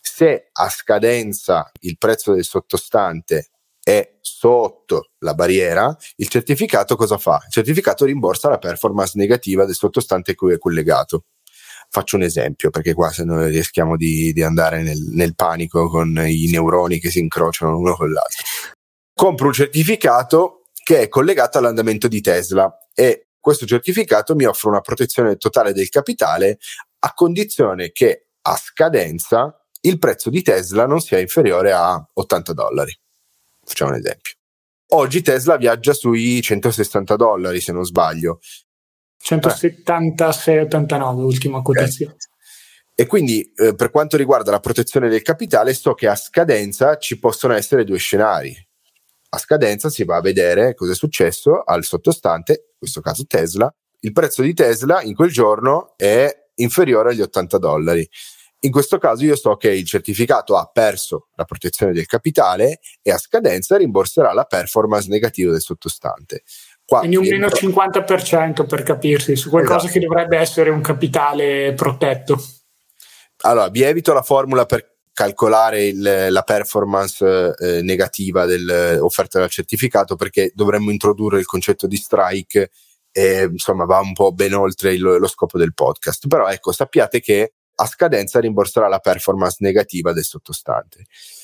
B: Se a scadenza il prezzo del sottostante è sotto la barriera, il certificato cosa fa? Il certificato rimborsa la performance negativa del sottostante a cui è collegato. Faccio un esempio, perché qua se noi rischiamo di, di andare nel, nel panico con i neuroni che si incrociano uno con l'altro. Compro un certificato che è collegato all'andamento di Tesla e questo certificato mi offre una protezione totale del capitale a condizione che a scadenza il prezzo di Tesla non sia inferiore a ottanta dollari. Facciamo un esempio. Oggi Tesla viaggia sui centosessanta dollari, se non sbaglio.
A: centosettantasei ottantanove, ultima quotazione.
B: Okay. E quindi eh, per quanto riguarda la protezione del capitale, so che a scadenza ci possono essere due scenari. A scadenza si va a vedere cosa è successo al sottostante, in questo caso Tesla. Il prezzo di Tesla in quel giorno è inferiore agli ottanta dollari. In questo caso io so che il certificato ha perso la protezione del capitale e a scadenza rimborserà la performance negativa del sottostante. Qua
A: quindi un
B: rientro...
A: meno cinquanta per cento per capirsi, su qualcosa esatto. Che dovrebbe essere un capitale protetto.
B: Allora, vi evito la formula per calcolare il, la performance eh, negativa del, offerta dal certificato, perché dovremmo introdurre il concetto di strike e insomma va un po' ben oltre il, lo scopo del podcast. Però ecco, sappiate che a scadenza rimborserà la performance negativa del sottostante.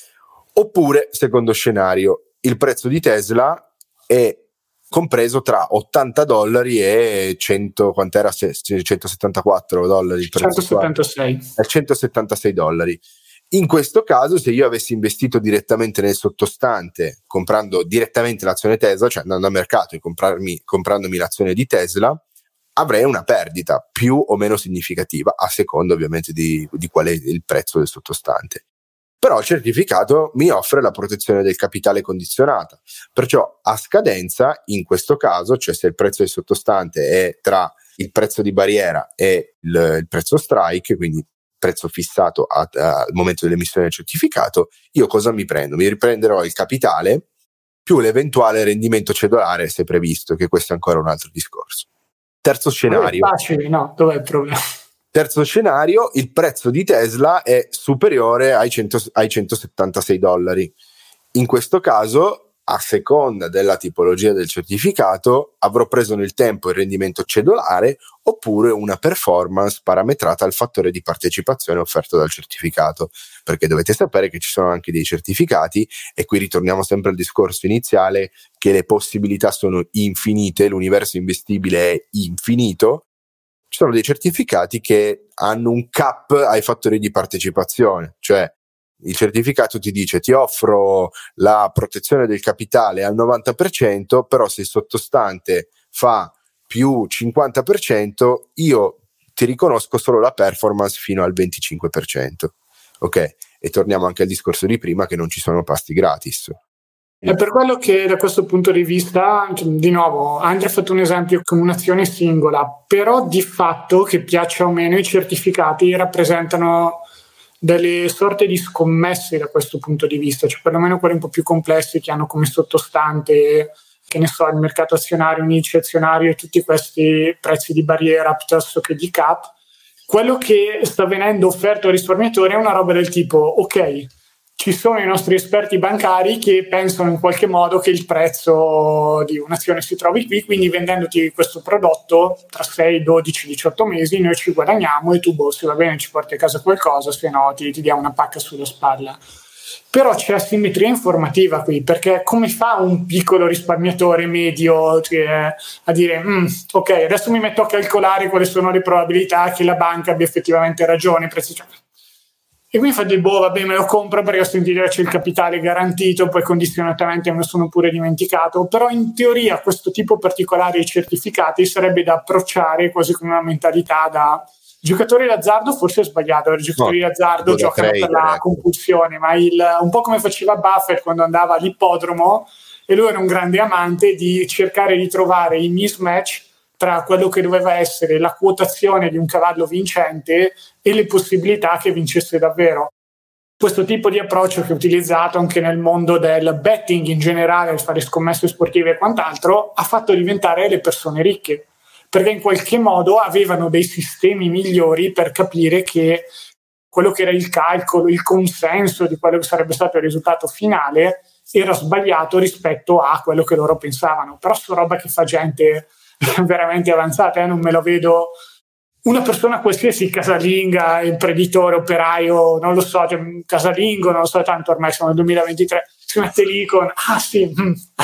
B: Oppure, secondo scenario, il prezzo di Tesla è compreso tra ottanta dollari e cento, quant'era? centosettantaquattro dollari il prezzo
A: centosettantasei.
B: Qua, centosettantasei dollari. In questo caso, se io avessi investito direttamente nel sottostante, comprando direttamente l'azione Tesla, cioè andando a mercato e comprarmi, comprandomi l'azione di Tesla, avrei una perdita più o meno significativa, a seconda ovviamente di, di qual è il prezzo del sottostante. Però il certificato mi offre la protezione del capitale condizionata, perciò a scadenza, in questo caso, cioè se il prezzo del sottostante è tra il prezzo di barriera e il, il prezzo strike, quindi prezzo fissato a, a, al momento dell'emissione del certificato, io cosa mi prendo? Mi riprenderò il capitale più l'eventuale rendimento cedolare se previsto, che questo è ancora un altro discorso. Terzo scenario.
A: Facile, no? Dov'è il problema?
B: Terzo scenario, il prezzo di Tesla è superiore ai, cento, ai centosettantasei dollari. In questo caso, a seconda della tipologia del certificato, avrò preso nel tempo il rendimento cedolare oppure una performance parametrata al fattore di partecipazione offerto dal certificato, perché dovete sapere che ci sono anche dei certificati, e qui ritorniamo sempre al discorso iniziale che le possibilità sono infinite, l'universo investibile è infinito. Ci sono dei certificati che hanno un cap ai fattori di partecipazione, cioè il certificato ti dice ti offro la protezione del capitale al novanta per cento, però se il sottostante fa più cinquanta per cento io ti riconosco solo la performance fino al venticinque per cento. Ok? E torniamo anche al discorso di prima che non ci sono pasti gratis.
A: È per quello che da questo punto di vista, di nuovo, Andrea ha fatto un esempio con un'azione singola, però di fatto, che piaccia o meno, i certificati rappresentano delle sorte di scommesse da questo punto di vista, cioè perlomeno quelli un po' più complessi che hanno come sottostante, che ne so, il mercato azionario, un indice azionario e tutti questi prezzi di barriera piuttosto che di cap. Quello che sta venendo offerto ai risparmiatori è una roba del tipo: ok, ci sono i nostri esperti bancari che pensano in qualche modo che il prezzo di un'azione si trovi qui, quindi vendendoti questo prodotto tra sei, dodici, diciotto mesi noi ci guadagniamo e tu, boh, se va bene ci porti a casa qualcosa, se no ti, ti diamo una pacca sulla spalla. Però c'è asimmetria informativa qui, perché come fa un piccolo risparmiatore medio che, a dire mm, ok, adesso mi metto a calcolare quali sono le probabilità che la banca abbia effettivamente ragione, prezzi, cioè, e quindi fa del boh, vabbè, me lo compro perché ho sentito che c'è il capitale garantito, poi condizionatamente me lo sono pure dimenticato. Però in teoria questo tipo particolare di certificati sarebbe da approcciare quasi con una mentalità da giocatori d'azzardo. Forse è sbagliato, i giocatori no, d'azzardo giocano per la compulsione, ma il, un po' come faceva Buffett quando andava all'ippodromo, e lui era un grande amante di cercare di trovare i mismatch tra quello che doveva essere la quotazione di un cavallo vincente e le possibilità che vincesse davvero. Questo tipo di approccio, che è utilizzato anche nel mondo del betting in generale, il fare scommesse sportive e quant'altro, ha fatto diventare le persone ricche, perché in qualche modo avevano dei sistemi migliori per capire che quello che era il calcolo, il consenso di quello che sarebbe stato il risultato finale era sbagliato rispetto a quello che loro pensavano. Però sono roba che fa gente veramente avanzata, eh? Non me lo vedo una persona qualsiasi, casalinga, imprenditore, operaio, non lo so, cioè, casalingo, non lo so, tanto ormai siamo nel duemilaventitré, si mette lì con ah sì,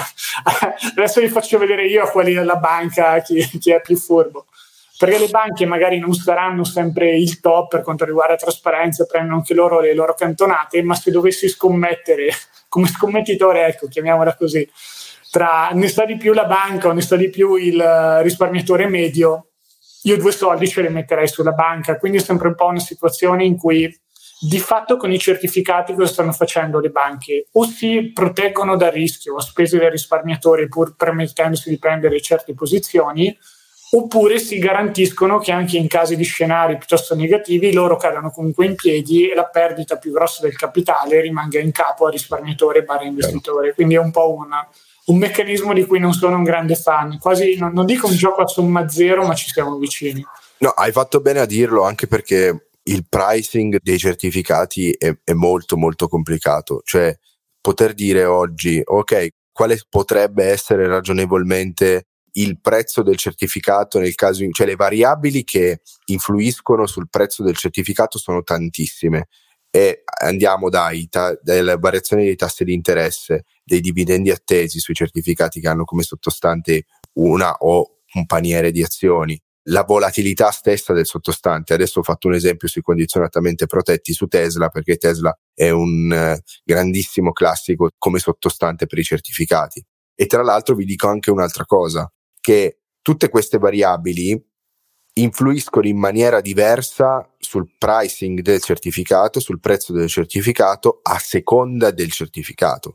A: adesso vi faccio vedere io a quelli della banca chi, chi è più furbo, perché le banche magari non saranno sempre il top per quanto riguarda trasparenza, prendono anche loro le loro cantonate, ma se dovessi scommettere come scommettitore, ecco, chiamiamola così, tra ne sta di più la banca o ne sta di più il risparmiatore medio, io due soldi ce li metterei sulla banca. Quindi è sempre un po' una situazione in cui di fatto con i certificati cosa stanno facendo le banche? O si proteggono dal rischio a spese del risparmiatore pur permettendosi di prendere certe posizioni, oppure si garantiscono che anche in casi di scenari piuttosto negativi loro cadano comunque in piedi e la perdita più grossa del capitale rimanga in capo al risparmiatore barra investitore. Quindi è un po' una un meccanismo di cui non sono un grande fan, quasi non, non dico un gioco a somma zero, ma ci siamo vicini.
B: No, hai fatto bene a dirlo, anche perché il pricing dei certificati è, è molto molto complicato, cioè poter dire oggi ok, quale potrebbe essere ragionevolmente il prezzo del certificato nel caso in, cioè le variabili che influiscono sul prezzo del certificato sono tantissime, e andiamo dai ta- dalle variazioni dei tassi di interesse, dei dividendi attesi sui certificati che hanno come sottostante una o un paniere di azioni, la volatilità stessa del sottostante. Adesso ho fatto un esempio sui condizionatamente protetti su Tesla, perché Tesla è un eh, grandissimo classico come sottostante per i certificati. E tra l'altro vi dico anche un'altra cosa, che tutte queste variabili influiscono in maniera diversa sul pricing del certificato, sul prezzo del certificato a seconda del certificato.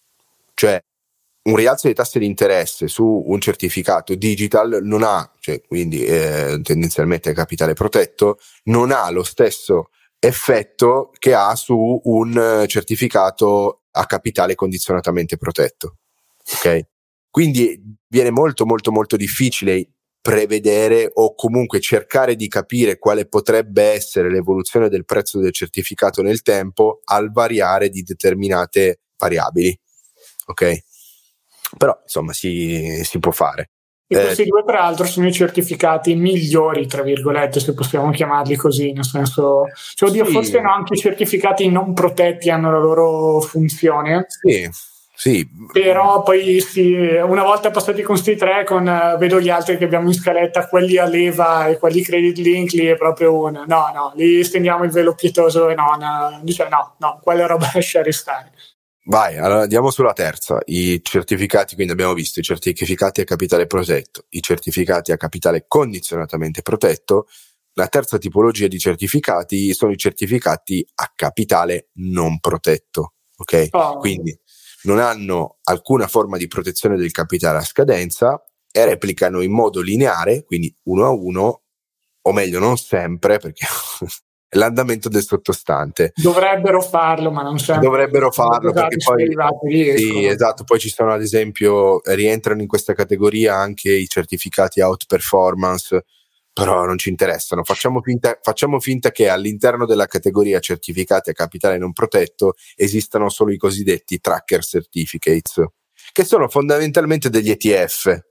B: Cioè un rialzo dei tassi di interesse su un certificato digital non ha, cioè quindi eh, tendenzialmente capitale protetto, non ha lo stesso effetto che ha su un certificato a capitale condizionatamente protetto. Ok? Quindi viene molto molto molto difficile prevedere o comunque cercare di capire quale potrebbe essere l'evoluzione del prezzo del certificato nel tempo al variare di determinate variabili. Ok? Però insomma si, si può fare.
A: E eh, questi due peraltro sono i certificati migliori, tra virgolette, se possiamo chiamarli così, nel senso, cioè oddio, sì. Forse no, anche i certificati non protetti hanno la loro funzione.
B: Sì. Sì.
A: Però poi sì, una volta passati con questi tre, con, uh, vedo gli altri che abbiamo in scaletta, quelli a leva e quelli credit link, lì è proprio un no, no, lì stendiamo il velo pietoso e no, no, dice no, no, quella roba lascia restare.
B: Vai, allora andiamo sulla terza, i certificati, quindi abbiamo visto i certificati a capitale protetto, i certificati a capitale condizionatamente protetto. La terza tipologia di certificati sono i certificati a capitale non protetto, ok? Oh. Quindi non hanno alcuna forma di protezione del capitale a scadenza e replicano in modo lineare, quindi uno a uno, o meglio non sempre, perché è l'andamento del sottostante.
A: Dovrebbero farlo, ma non sempre.
B: Dovrebbero farlo perché poi sì, esatto, poi ci sono ad esempio, rientrano in questa categoria anche i certificati outperformance, però non ci interessano. Facciamo finta, facciamo finta che all'interno della categoria certificati a capitale non protetto esistano solo i cosiddetti tracker certificates, che sono fondamentalmente degli E T F,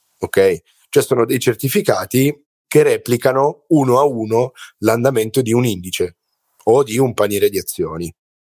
B: ok? Cioè sono dei certificati che replicano uno a uno l'andamento di un indice o di un paniere di azioni.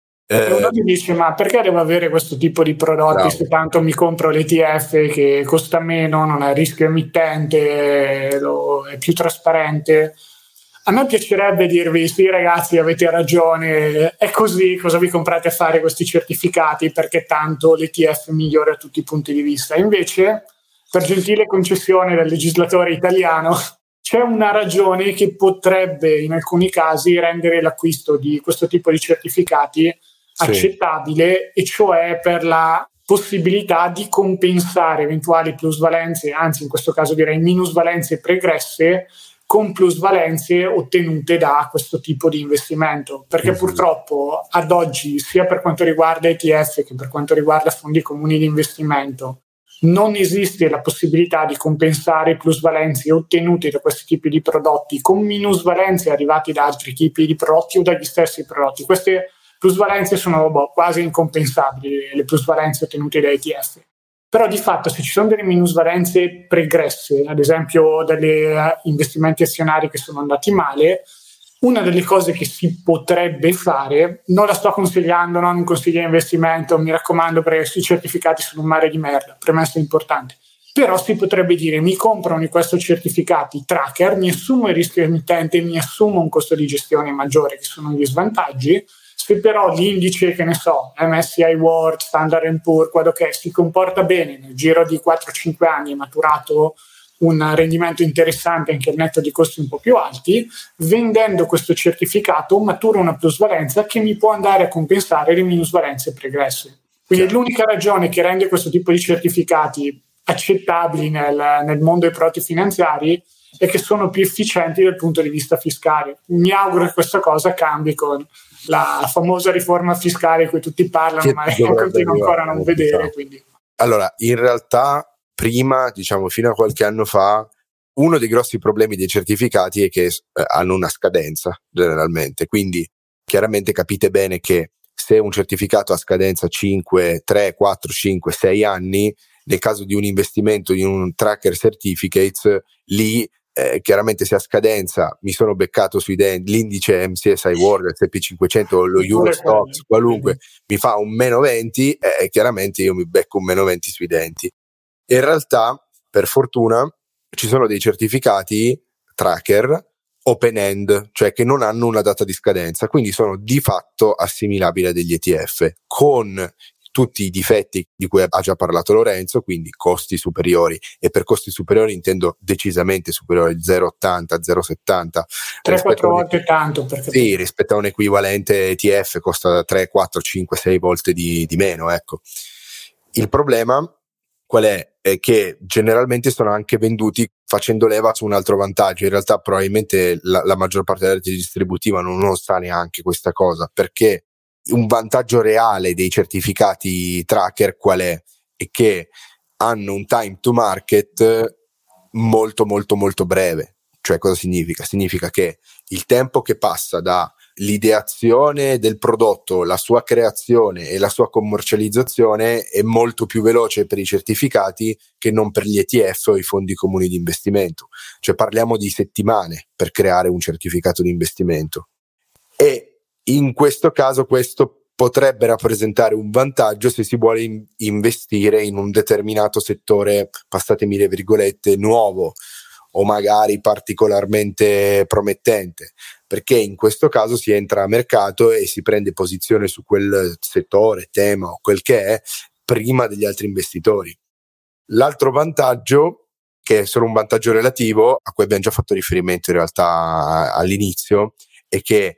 A: E uno ti dice, ma perché devo avere questo tipo di prodotti bravo. Se tanto mi compro l'E T F che costa meno, non ha rischio emittente, è più trasparente? A me piacerebbe dirvi, sì ragazzi, avete ragione, è così, cosa vi comprate a fare questi certificati, perché tanto l'E T F migliora a tutti i punti di vista. Invece, per gentile concessione del legislatore italiano, c'è una ragione che potrebbe in alcuni casi rendere l'acquisto di questo tipo di certificati sì. accettabile, e cioè per la possibilità di compensare eventuali plusvalenze, anzi in questo caso direi minusvalenze pregresse, con plusvalenze ottenute da questo tipo di investimento, perché uh-huh. purtroppo ad oggi, sia per quanto riguarda E T F che per quanto riguarda fondi comuni di investimento, non esiste la possibilità di compensare i plusvalenze ottenuti da questi tipi di prodotti con minusvalenze arrivati da altri tipi di prodotti o dagli stessi prodotti. Queste plusvalenze sono boh, quasi incompensabili, le plusvalenze ottenute da E T F. Però di fatto se ci sono delle minusvalenze pregresse, ad esempio degli investimenti azionari che sono andati male, una delle cose che si potrebbe fare, non la sto consigliando, non un consiglio di investimento, mi raccomando, perché i certificati sono un mare di merda, premessa importante, però si potrebbe dire: mi comprano di questi certificati tracker, mi assumo il rischio emittente, mi assumo un costo di gestione maggiore, che sono gli svantaggi. Se però l'indice, che ne so, M S C I World, Standard and Poor's, quello che si comporta bene, nel giro di quattro cinque anni è maturato un rendimento interessante anche al netto di costi un po' più alti, vendendo questo certificato matura una plusvalenza che mi può andare a compensare le minusvalenze pregresse. Quindi certo. L'unica ragione che rende questo tipo di certificati accettabili nel, nel mondo dei prodotti finanziari è che sono più efficienti dal punto di vista fiscale. Mi auguro che questa cosa cambi con la famosa riforma fiscale di cui tutti parlano, che ma continuo ancora a non vedere. Quindi.
B: Allora, in realtà, prima, diciamo, fino a qualche anno fa, uno dei grossi problemi dei certificati è che eh, hanno una scadenza, generalmente. Quindi, chiaramente capite bene che se un certificato ha scadenza cinque, tre, quattro, cinque, sei anni, nel caso di un investimento in un tracker certificates, lì Eh, chiaramente se a scadenza mi sono beccato sui denti l'indice M S C I World, S and P cinquecento o lo Eurostoxx, qualunque, mi fa un meno venti, eh, chiaramente io mi becco un meno venti sui denti. In realtà, per fortuna, ci sono dei certificati tracker open end, cioè che non hanno una data di scadenza, quindi sono di fatto assimilabili a degli E T F, con tutti i difetti di cui ha già parlato Lorenzo, quindi costi superiori, e per costi superiori intendo decisamente superiori, zero virgola ottanta, zero virgola settanta,
A: tre quattro volte tanto, perché
B: sì, rispetto a un equivalente E T F costa tre, quattro, cinque, sei volte di, di meno, ecco. Il problema qual è? È che generalmente sono anche venduti facendo leva su un altro vantaggio. In realtà probabilmente la, la maggior parte della rete distributiva non, non sa neanche questa cosa, perché un vantaggio reale dei certificati tracker qual è? È che hanno un time to market molto molto molto breve. Cioè cosa significa? Significa che il tempo che passa da l'ideazione del prodotto, la sua creazione e la sua commercializzazione è molto più veloce per i certificati che non per gli E T F o i fondi comuni di investimento. Cioè parliamo di settimane per creare un certificato di investimento. E in questo caso questo potrebbe rappresentare un vantaggio se si vuole in- investire in un determinato settore, passatemi le virgolette, nuovo o magari particolarmente promettente, perché in questo caso si entra a mercato e si prende posizione su quel settore, tema o quel che è, prima degli altri investitori. L'altro vantaggio, che è solo un vantaggio relativo, a cui abbiamo già fatto riferimento in realtà all'inizio, è che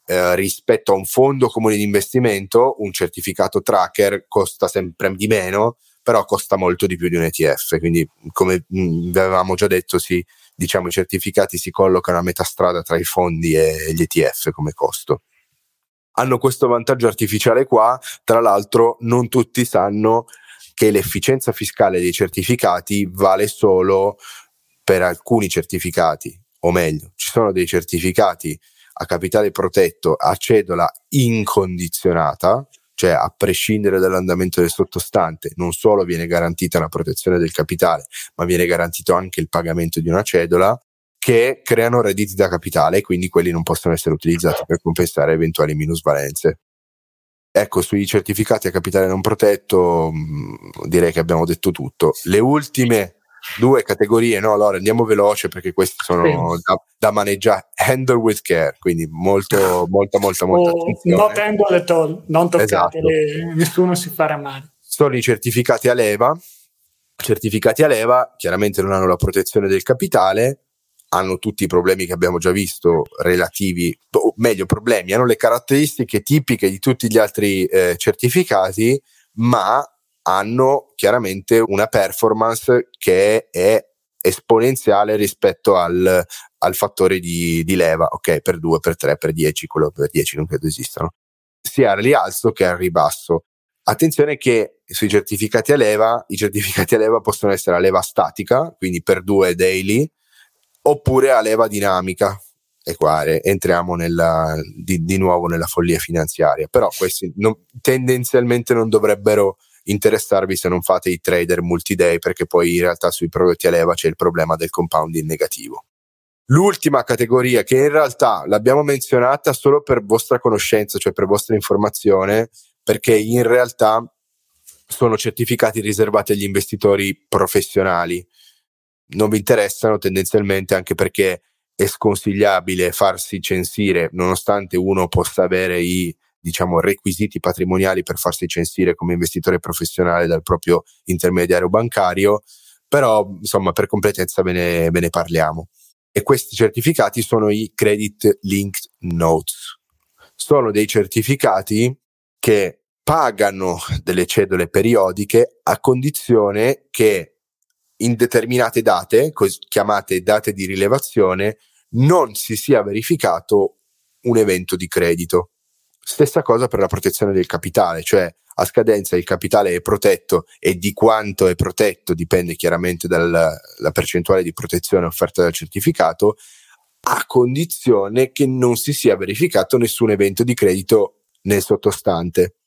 B: eh, rispetto a un fondo comune di investimento, un certificato tracker costa sempre di meno, però costa molto di più di un E T F, quindi come mh, vi avevamo già detto, sì, diciamo i certificati si collocano a metà strada tra i fondi e gli E T F come costo. Hanno questo vantaggio artificiale qua, tra l'altro non tutti sanno che l'efficienza fiscale dei certificati vale solo per alcuni certificati, o meglio, ci sono dei certificati a capitale protetto a cedola incondizionata, cioè a prescindere dall'andamento del sottostante non solo viene garantita la protezione del capitale, ma viene garantito anche il pagamento di una cedola, che creano redditi da capitale e quindi quelli non possono essere utilizzati per compensare eventuali minusvalenze. Ecco, sui certificati a capitale non protetto mh, direi che abbiamo detto tutto. Le ultime due categorie, no, allora andiamo veloce perché queste sono sì. da, da maneggiare, handle with care, quindi molto, molta, molta, molta
A: oh,
B: attenzione.
A: Not handle at all, non toccatele, esatto. Nessuno si farà male.
B: Sono i certificati a leva. Certificati a leva chiaramente non hanno la protezione del capitale, hanno tutti i problemi che abbiamo già visto relativi, o meglio problemi, hanno le caratteristiche tipiche di tutti gli altri eh, certificati, ma hanno chiaramente una performance che è esponenziale rispetto al, al fattore di, di leva, ok, per due, per tre, per dieci, quello per dieci non credo esistano, sia al rialzo che al ribasso. Attenzione che sui certificati a leva, i certificati a leva possono essere a leva statica, quindi per due daily, oppure a leva dinamica, e qua entriamo nella, di, di nuovo nella follia finanziaria, però questi non, tendenzialmente non dovrebbero interessarvi se non fate i trader multi-day, perché poi in realtà sui prodotti a leva c'è il problema del compounding negativo. L'ultima categoria, che in realtà l'abbiamo menzionata solo per vostra conoscenza, cioè per vostra informazione, perché in realtà sono certificati riservati agli investitori professionali, non vi interessano tendenzialmente anche perché è sconsigliabile farsi censire, nonostante uno possa avere i, diciamo, requisiti patrimoniali per farsi censire come investitore professionale dal proprio intermediario bancario, però insomma per completezza ve ne, ve ne parliamo. E questi certificati sono i Credit Linked Notes, sono dei certificati che pagano delle cedole periodiche a condizione che in determinate date, chiamate date di rilevazione, non si sia verificato un evento di credito. Stessa cosa per la protezione del capitale, cioè a scadenza il capitale è protetto e di quanto è protetto dipende chiaramente dalla percentuale di protezione offerta dal certificato, a condizione che non si sia verificato nessun evento di credito nel sottostante.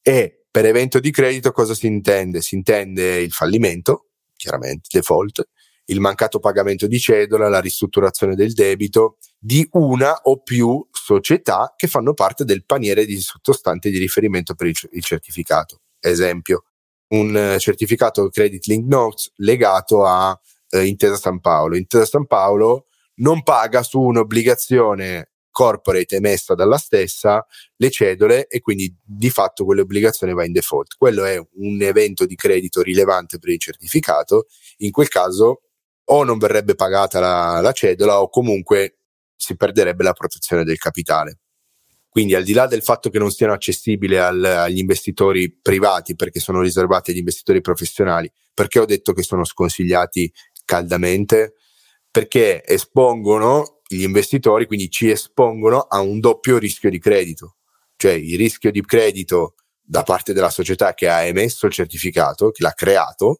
B: E per evento di credito cosa si intende? Si intende il fallimento, chiaramente, default, il mancato pagamento di cedola, la ristrutturazione del debito di una o più società che fanno parte del paniere di sottostante di riferimento per il, il certificato. Esempio, un certificato Credit Link Notes legato a eh, Intesa San Paolo. Intesa San Paolo non paga su un'obbligazione corporate emessa dalla stessa le cedole e quindi di fatto quell'obbligazione va in default. Quello è un evento di credito rilevante per il certificato. In quel caso o non verrebbe pagata la, la cedola o comunque si perderebbe la protezione del capitale. Quindi al di là del fatto che non siano accessibili al, agli investitori privati perché sono riservati agli investitori professionali, perché ho detto che sono sconsigliati caldamente? Perché espongono gli investitori, quindi ci espongono a un doppio rischio di credito, cioè il rischio di credito da parte della società che ha emesso il certificato, che l'ha creato,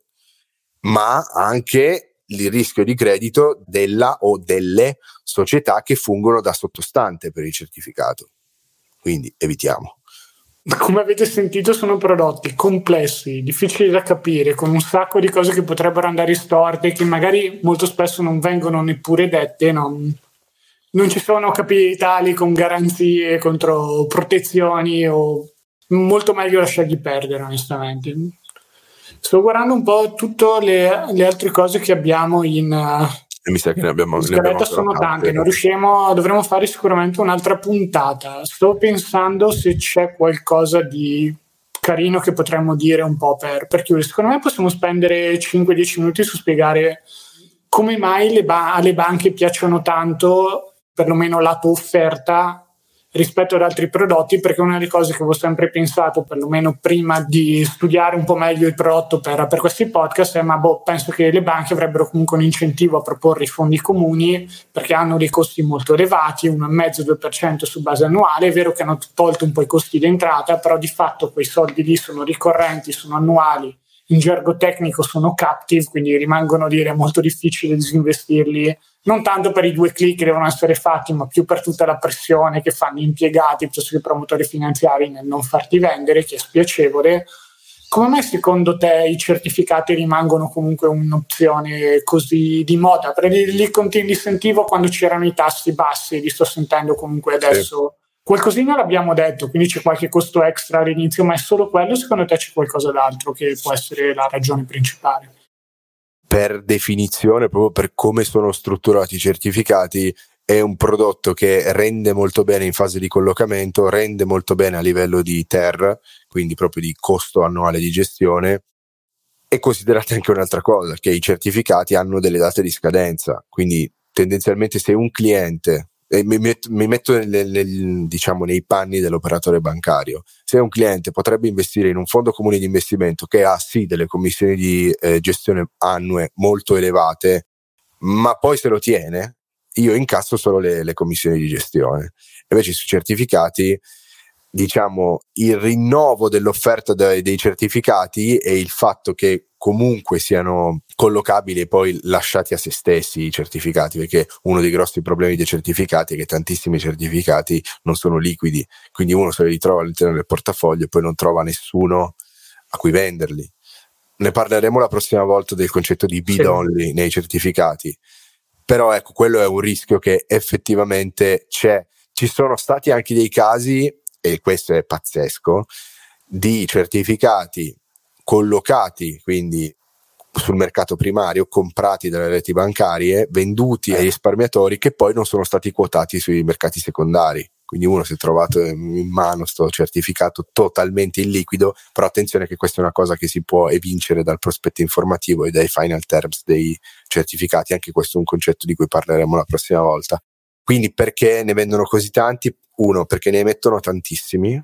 B: ma anche il rischio di credito della o delle società che fungono da sottostante per il certificato. Quindi evitiamo.
A: Come avete sentito sono prodotti complessi, difficili da capire, con un sacco di cose che potrebbero andare storte, che magari molto spesso non vengono neppure dette, non, non ci sono capitali con garanzie contro protezioni, o molto meglio lasciargli perdere onestamente. Sto guardando un po' tutte le, le altre cose che abbiamo in...
B: E mi sa che ne abbiamo,
A: in scaletta sono tante, non riusciamo, dovremo fare sicuramente un'altra puntata. Sto pensando se c'è qualcosa di carino che potremmo dire un po' per, per chiudere. Secondo me possiamo spendere cinque dieci minuti su spiegare come mai le ba- alle banche piacciono tanto, perlomeno lato offerta, rispetto ad altri prodotti, perché una delle cose che avevo sempre pensato, perlomeno prima di studiare un po' meglio il prodotto per, per questi podcast, è ma boh, penso che le banche avrebbero comunque un incentivo a proporre i fondi comuni, perché hanno dei costi molto elevati, uno virgola cinque due per cento su base annuale. È vero che hanno tolto un po' i costi d'entrata, però di fatto quei soldi lì sono ricorrenti, sono annuali, in gergo tecnico sono captive, quindi rimangono lì, è molto difficile disinvestirli, non tanto per i due click che devono essere fatti, ma più per tutta la pressione che fanno gli impiegati piuttosto che i promotori finanziari nel non farti vendere, che è spiacevole. Come mai secondo te i certificati rimangono comunque un'opzione così di moda? Perché lì contiene l'incentivo quando c'erano i tassi bassi, li sto sentendo comunque adesso. Sì. Qualcosina l'abbiamo detto, quindi c'è qualche costo extra all'inizio, ma è solo quello? Secondo te c'è qualcosa d'altro che può essere la ragione principale?
B: Per definizione, proprio per come sono strutturati i certificati, è un prodotto che rende molto bene in fase di collocamento, rende molto bene a livello di T E R, quindi proprio di costo annuale di gestione. E considerate anche un'altra cosa, che i certificati hanno delle date di scadenza, quindi tendenzialmente se un cliente, e mi metto, mi metto nel, nel, diciamo nei panni dell'operatore bancario, se un cliente potrebbe investire in un fondo comune di investimento che ha sì delle commissioni di eh, gestione annue molto elevate, ma poi se lo tiene, io incasso solo le, le commissioni di gestione. Invece sui certificati, diciamo, il rinnovo dell'offerta dei, dei certificati e il fatto che comunque siano collocabili e poi lasciati a se stessi i certificati, perché uno dei grossi problemi dei certificati è che tantissimi certificati non sono liquidi, quindi uno se li trova all'interno del portafoglio e poi non trova nessuno a cui venderli. Ne parleremo la prossima volta del concetto di bid only nei certificati, però ecco, quello è un rischio che effettivamente c'è. Ci sono stati anche dei casi, e questo è pazzesco, di certificati collocati, quindi sul mercato primario, comprati dalle reti bancarie, venduti ai risparmiatori che poi non sono stati quotati sui mercati secondari. Quindi uno si è trovato in mano sto certificato totalmente illiquido, però attenzione che questa è una cosa che si può evincere dal prospetto informativo e dai final terms dei certificati. Anche questo è un concetto di cui parleremo la prossima volta. Quindi perché ne vendono così tanti? Uno, perché ne emettono tantissimi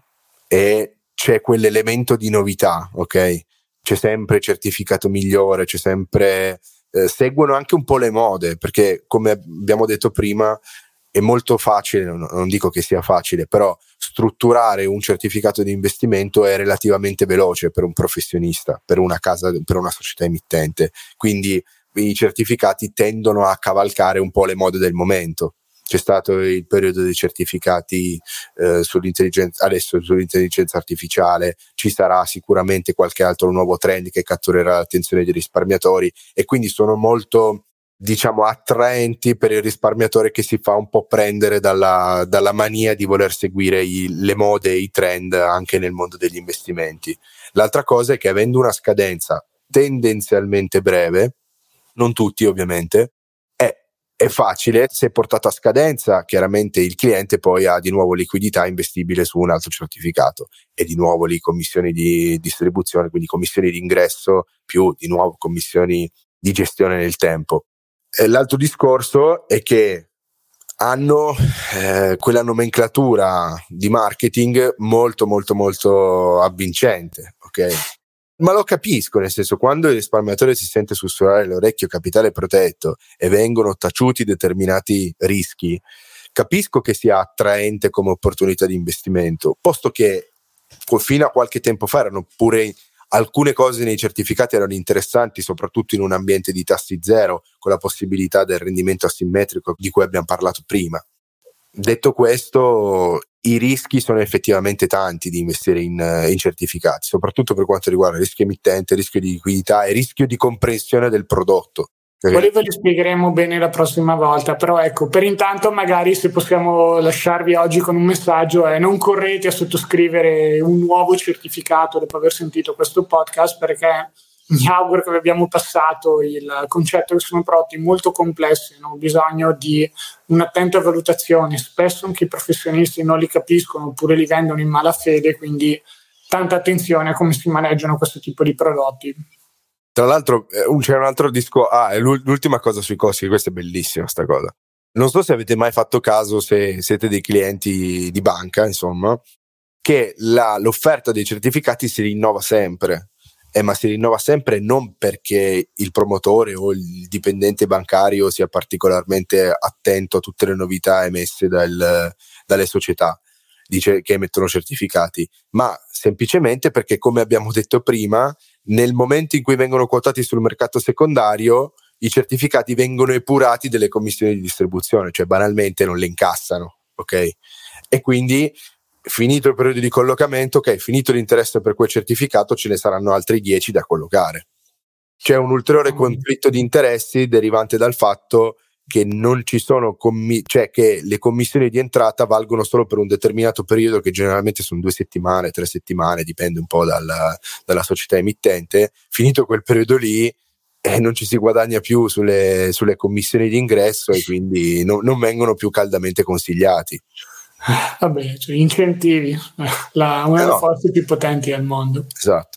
B: e c'è quell'elemento di novità, ok? C'è sempre certificato migliore, c'è sempre eh, seguono anche un po' le mode, perché come abbiamo detto prima è molto facile, non, non dico che sia facile, però strutturare un certificato di investimento è relativamente veloce per un professionista, per una casa, per una società emittente, quindi i certificati tendono a cavalcare un po' le mode del momento. C'è stato il periodo dei certificati eh, sull'intelligenza, adesso sull'intelligenza artificiale, ci sarà sicuramente qualche altro nuovo trend che catturerà l'attenzione dei risparmiatori e quindi sono molto, diciamo, attraenti per il risparmiatore che si fa un po' prendere dalla, dalla mania di voler seguire i, le mode e i trend anche nel mondo degli investimenti. L'altra cosa è che avendo una scadenza tendenzialmente breve, non tutti ovviamente, è facile, se portato a scadenza, chiaramente il cliente poi ha di nuovo liquidità investibile su un altro certificato e di nuovo lì commissioni di distribuzione, quindi commissioni di ingresso più di nuovo commissioni di gestione nel tempo. E l'altro discorso è che hanno eh, quella nomenclatura di marketing molto molto molto avvincente, ok? Ma lo capisco, nel senso, quando il risparmiatore si sente sussurrare l'orecchio capitale protetto e vengono taciuti determinati rischi, capisco che sia attraente come opportunità di investimento, posto che fino a qualche tempo fa erano pure alcune cose nei certificati erano interessanti, soprattutto in un ambiente di tassi zero, con la possibilità del rendimento asimmetrico di cui abbiamo parlato prima. Detto questo, i rischi sono effettivamente tanti di investire in, in certificati, soprattutto per quanto riguarda il rischio emittente, il rischio di liquidità e il rischio di comprensione del prodotto.
A: Quelli ve li spiegheremo bene la prossima volta, però ecco, per intanto magari se possiamo lasciarvi oggi con un messaggio è: non correte a sottoscrivere un nuovo certificato dopo aver sentito questo podcast, perché mi auguro che vi abbiamo passato il concetto che sono prodotti molto complessi, hanno bisogno di un'attenta valutazione, spesso anche i professionisti non li capiscono oppure li vendono in malafede, quindi tanta attenzione a come si maneggiano questo tipo di prodotti.
B: Tra l'altro c'è un altro disco, ah, è l'ultima cosa sui costi, questa è bellissima sta cosa. Non so se avete mai fatto caso, se siete dei clienti di banca, insomma, che la, l'offerta dei certificati si rinnova sempre. Eh, ma si rinnova sempre non perché il promotore o il dipendente bancario sia particolarmente attento a tutte le novità emesse dal, dalle società dice che emettono certificati, ma semplicemente perché, come abbiamo detto prima, nel momento in cui vengono quotati sul mercato secondario, i certificati vengono epurati delle commissioni di distribuzione, cioè banalmente non le incassano, ok? E quindi finito il periodo di collocamento, ok, finito l'interesse per quel certificato, ce ne saranno altri dieci da collocare. C'è un ulteriore conflitto di interessi derivante dal fatto che non ci sono commi- cioè che le commissioni di entrata valgono solo per un determinato periodo, che generalmente sono due settimane, tre settimane, dipende un po' dalla, dalla società emittente. Finito quel periodo lì, eh, non ci si guadagna più sulle, sulle commissioni di ingresso e quindi no, non vengono più caldamente consigliati.
A: Vabbè, cioè incentivi, la, una delle
B: no.
A: forze più potenti al mondo.
B: Esatto.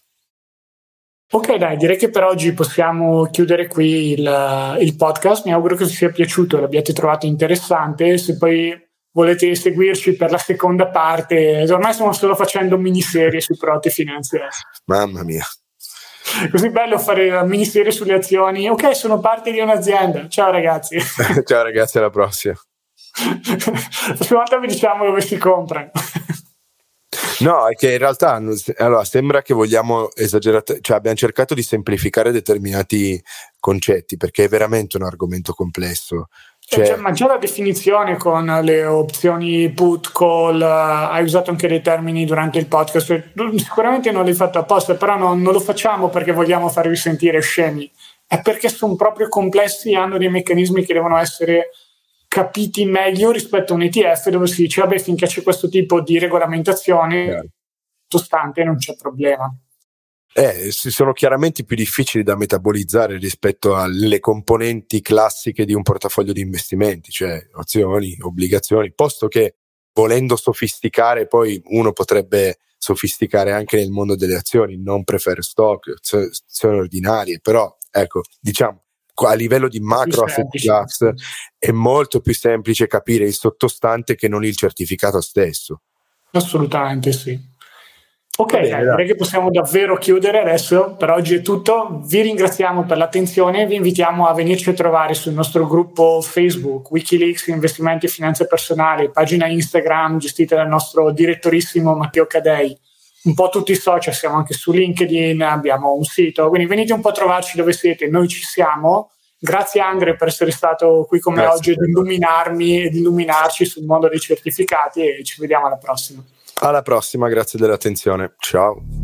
A: Ok, dai, direi che per oggi possiamo chiudere qui il, il podcast. Mi auguro che vi sia piaciuto e l'abbiate trovato interessante. Se poi volete seguirci per la seconda parte, ormai stiamo solo facendo miniserie sui prodotti finanziari.
B: Mamma mia.
A: Così bello fare la miniserie sulle azioni. Ok, sono parte di un'azienda. Ciao ragazzi.
B: Ciao ragazzi, alla prossima.
A: La prossima volta vi diciamo dove si comprano.
B: No, è che in realtà allora, sembra che vogliamo esagerare, cioè abbiamo cercato di semplificare determinati concetti perché è veramente un argomento complesso. Cioè,
A: cioè, ma già la definizione con le opzioni put, call, uh, hai usato anche dei termini durante il podcast, cioè, sicuramente non l'hai fatto apposta, però non, non lo facciamo perché vogliamo farvi sentire scemi, è perché sono proprio complessi e hanno dei meccanismi che devono essere capiti meglio rispetto a un E T F dove si dice vabbè, finché c'è questo tipo di regolamentazione sottostante non c'è problema.
B: Eh, sono chiaramente più difficili da metabolizzare rispetto alle componenti classiche di un portafoglio di investimenti, cioè azioni, obbligazioni, posto che volendo sofisticare poi uno potrebbe sofisticare anche nel mondo delle azioni, non preferred stock, azioni ordinarie, però ecco, diciamo a livello di macro asset class è molto più semplice capire il sottostante che non il certificato stesso.
A: Assolutamente sì. Ok, bene, dai, direi che possiamo davvero chiudere adesso. Per oggi è tutto. Vi ringraziamo per l'attenzione e vi invitiamo a venirci a trovare sul nostro gruppo Facebook Wikileaks Investimenti e Finanze Personali, pagina Instagram gestita dal nostro direttorissimo Matteo Cadei, un po' tutti i social, siamo anche su LinkedIn, abbiamo un sito, quindi venite un po' a trovarci dove siete, noi ci siamo. Grazie Andre per essere stato qui con me oggi ed illuminarmi ed illuminarci sul mondo dei certificati e ci vediamo alla prossima.
B: Alla prossima, grazie dell'attenzione. Ciao.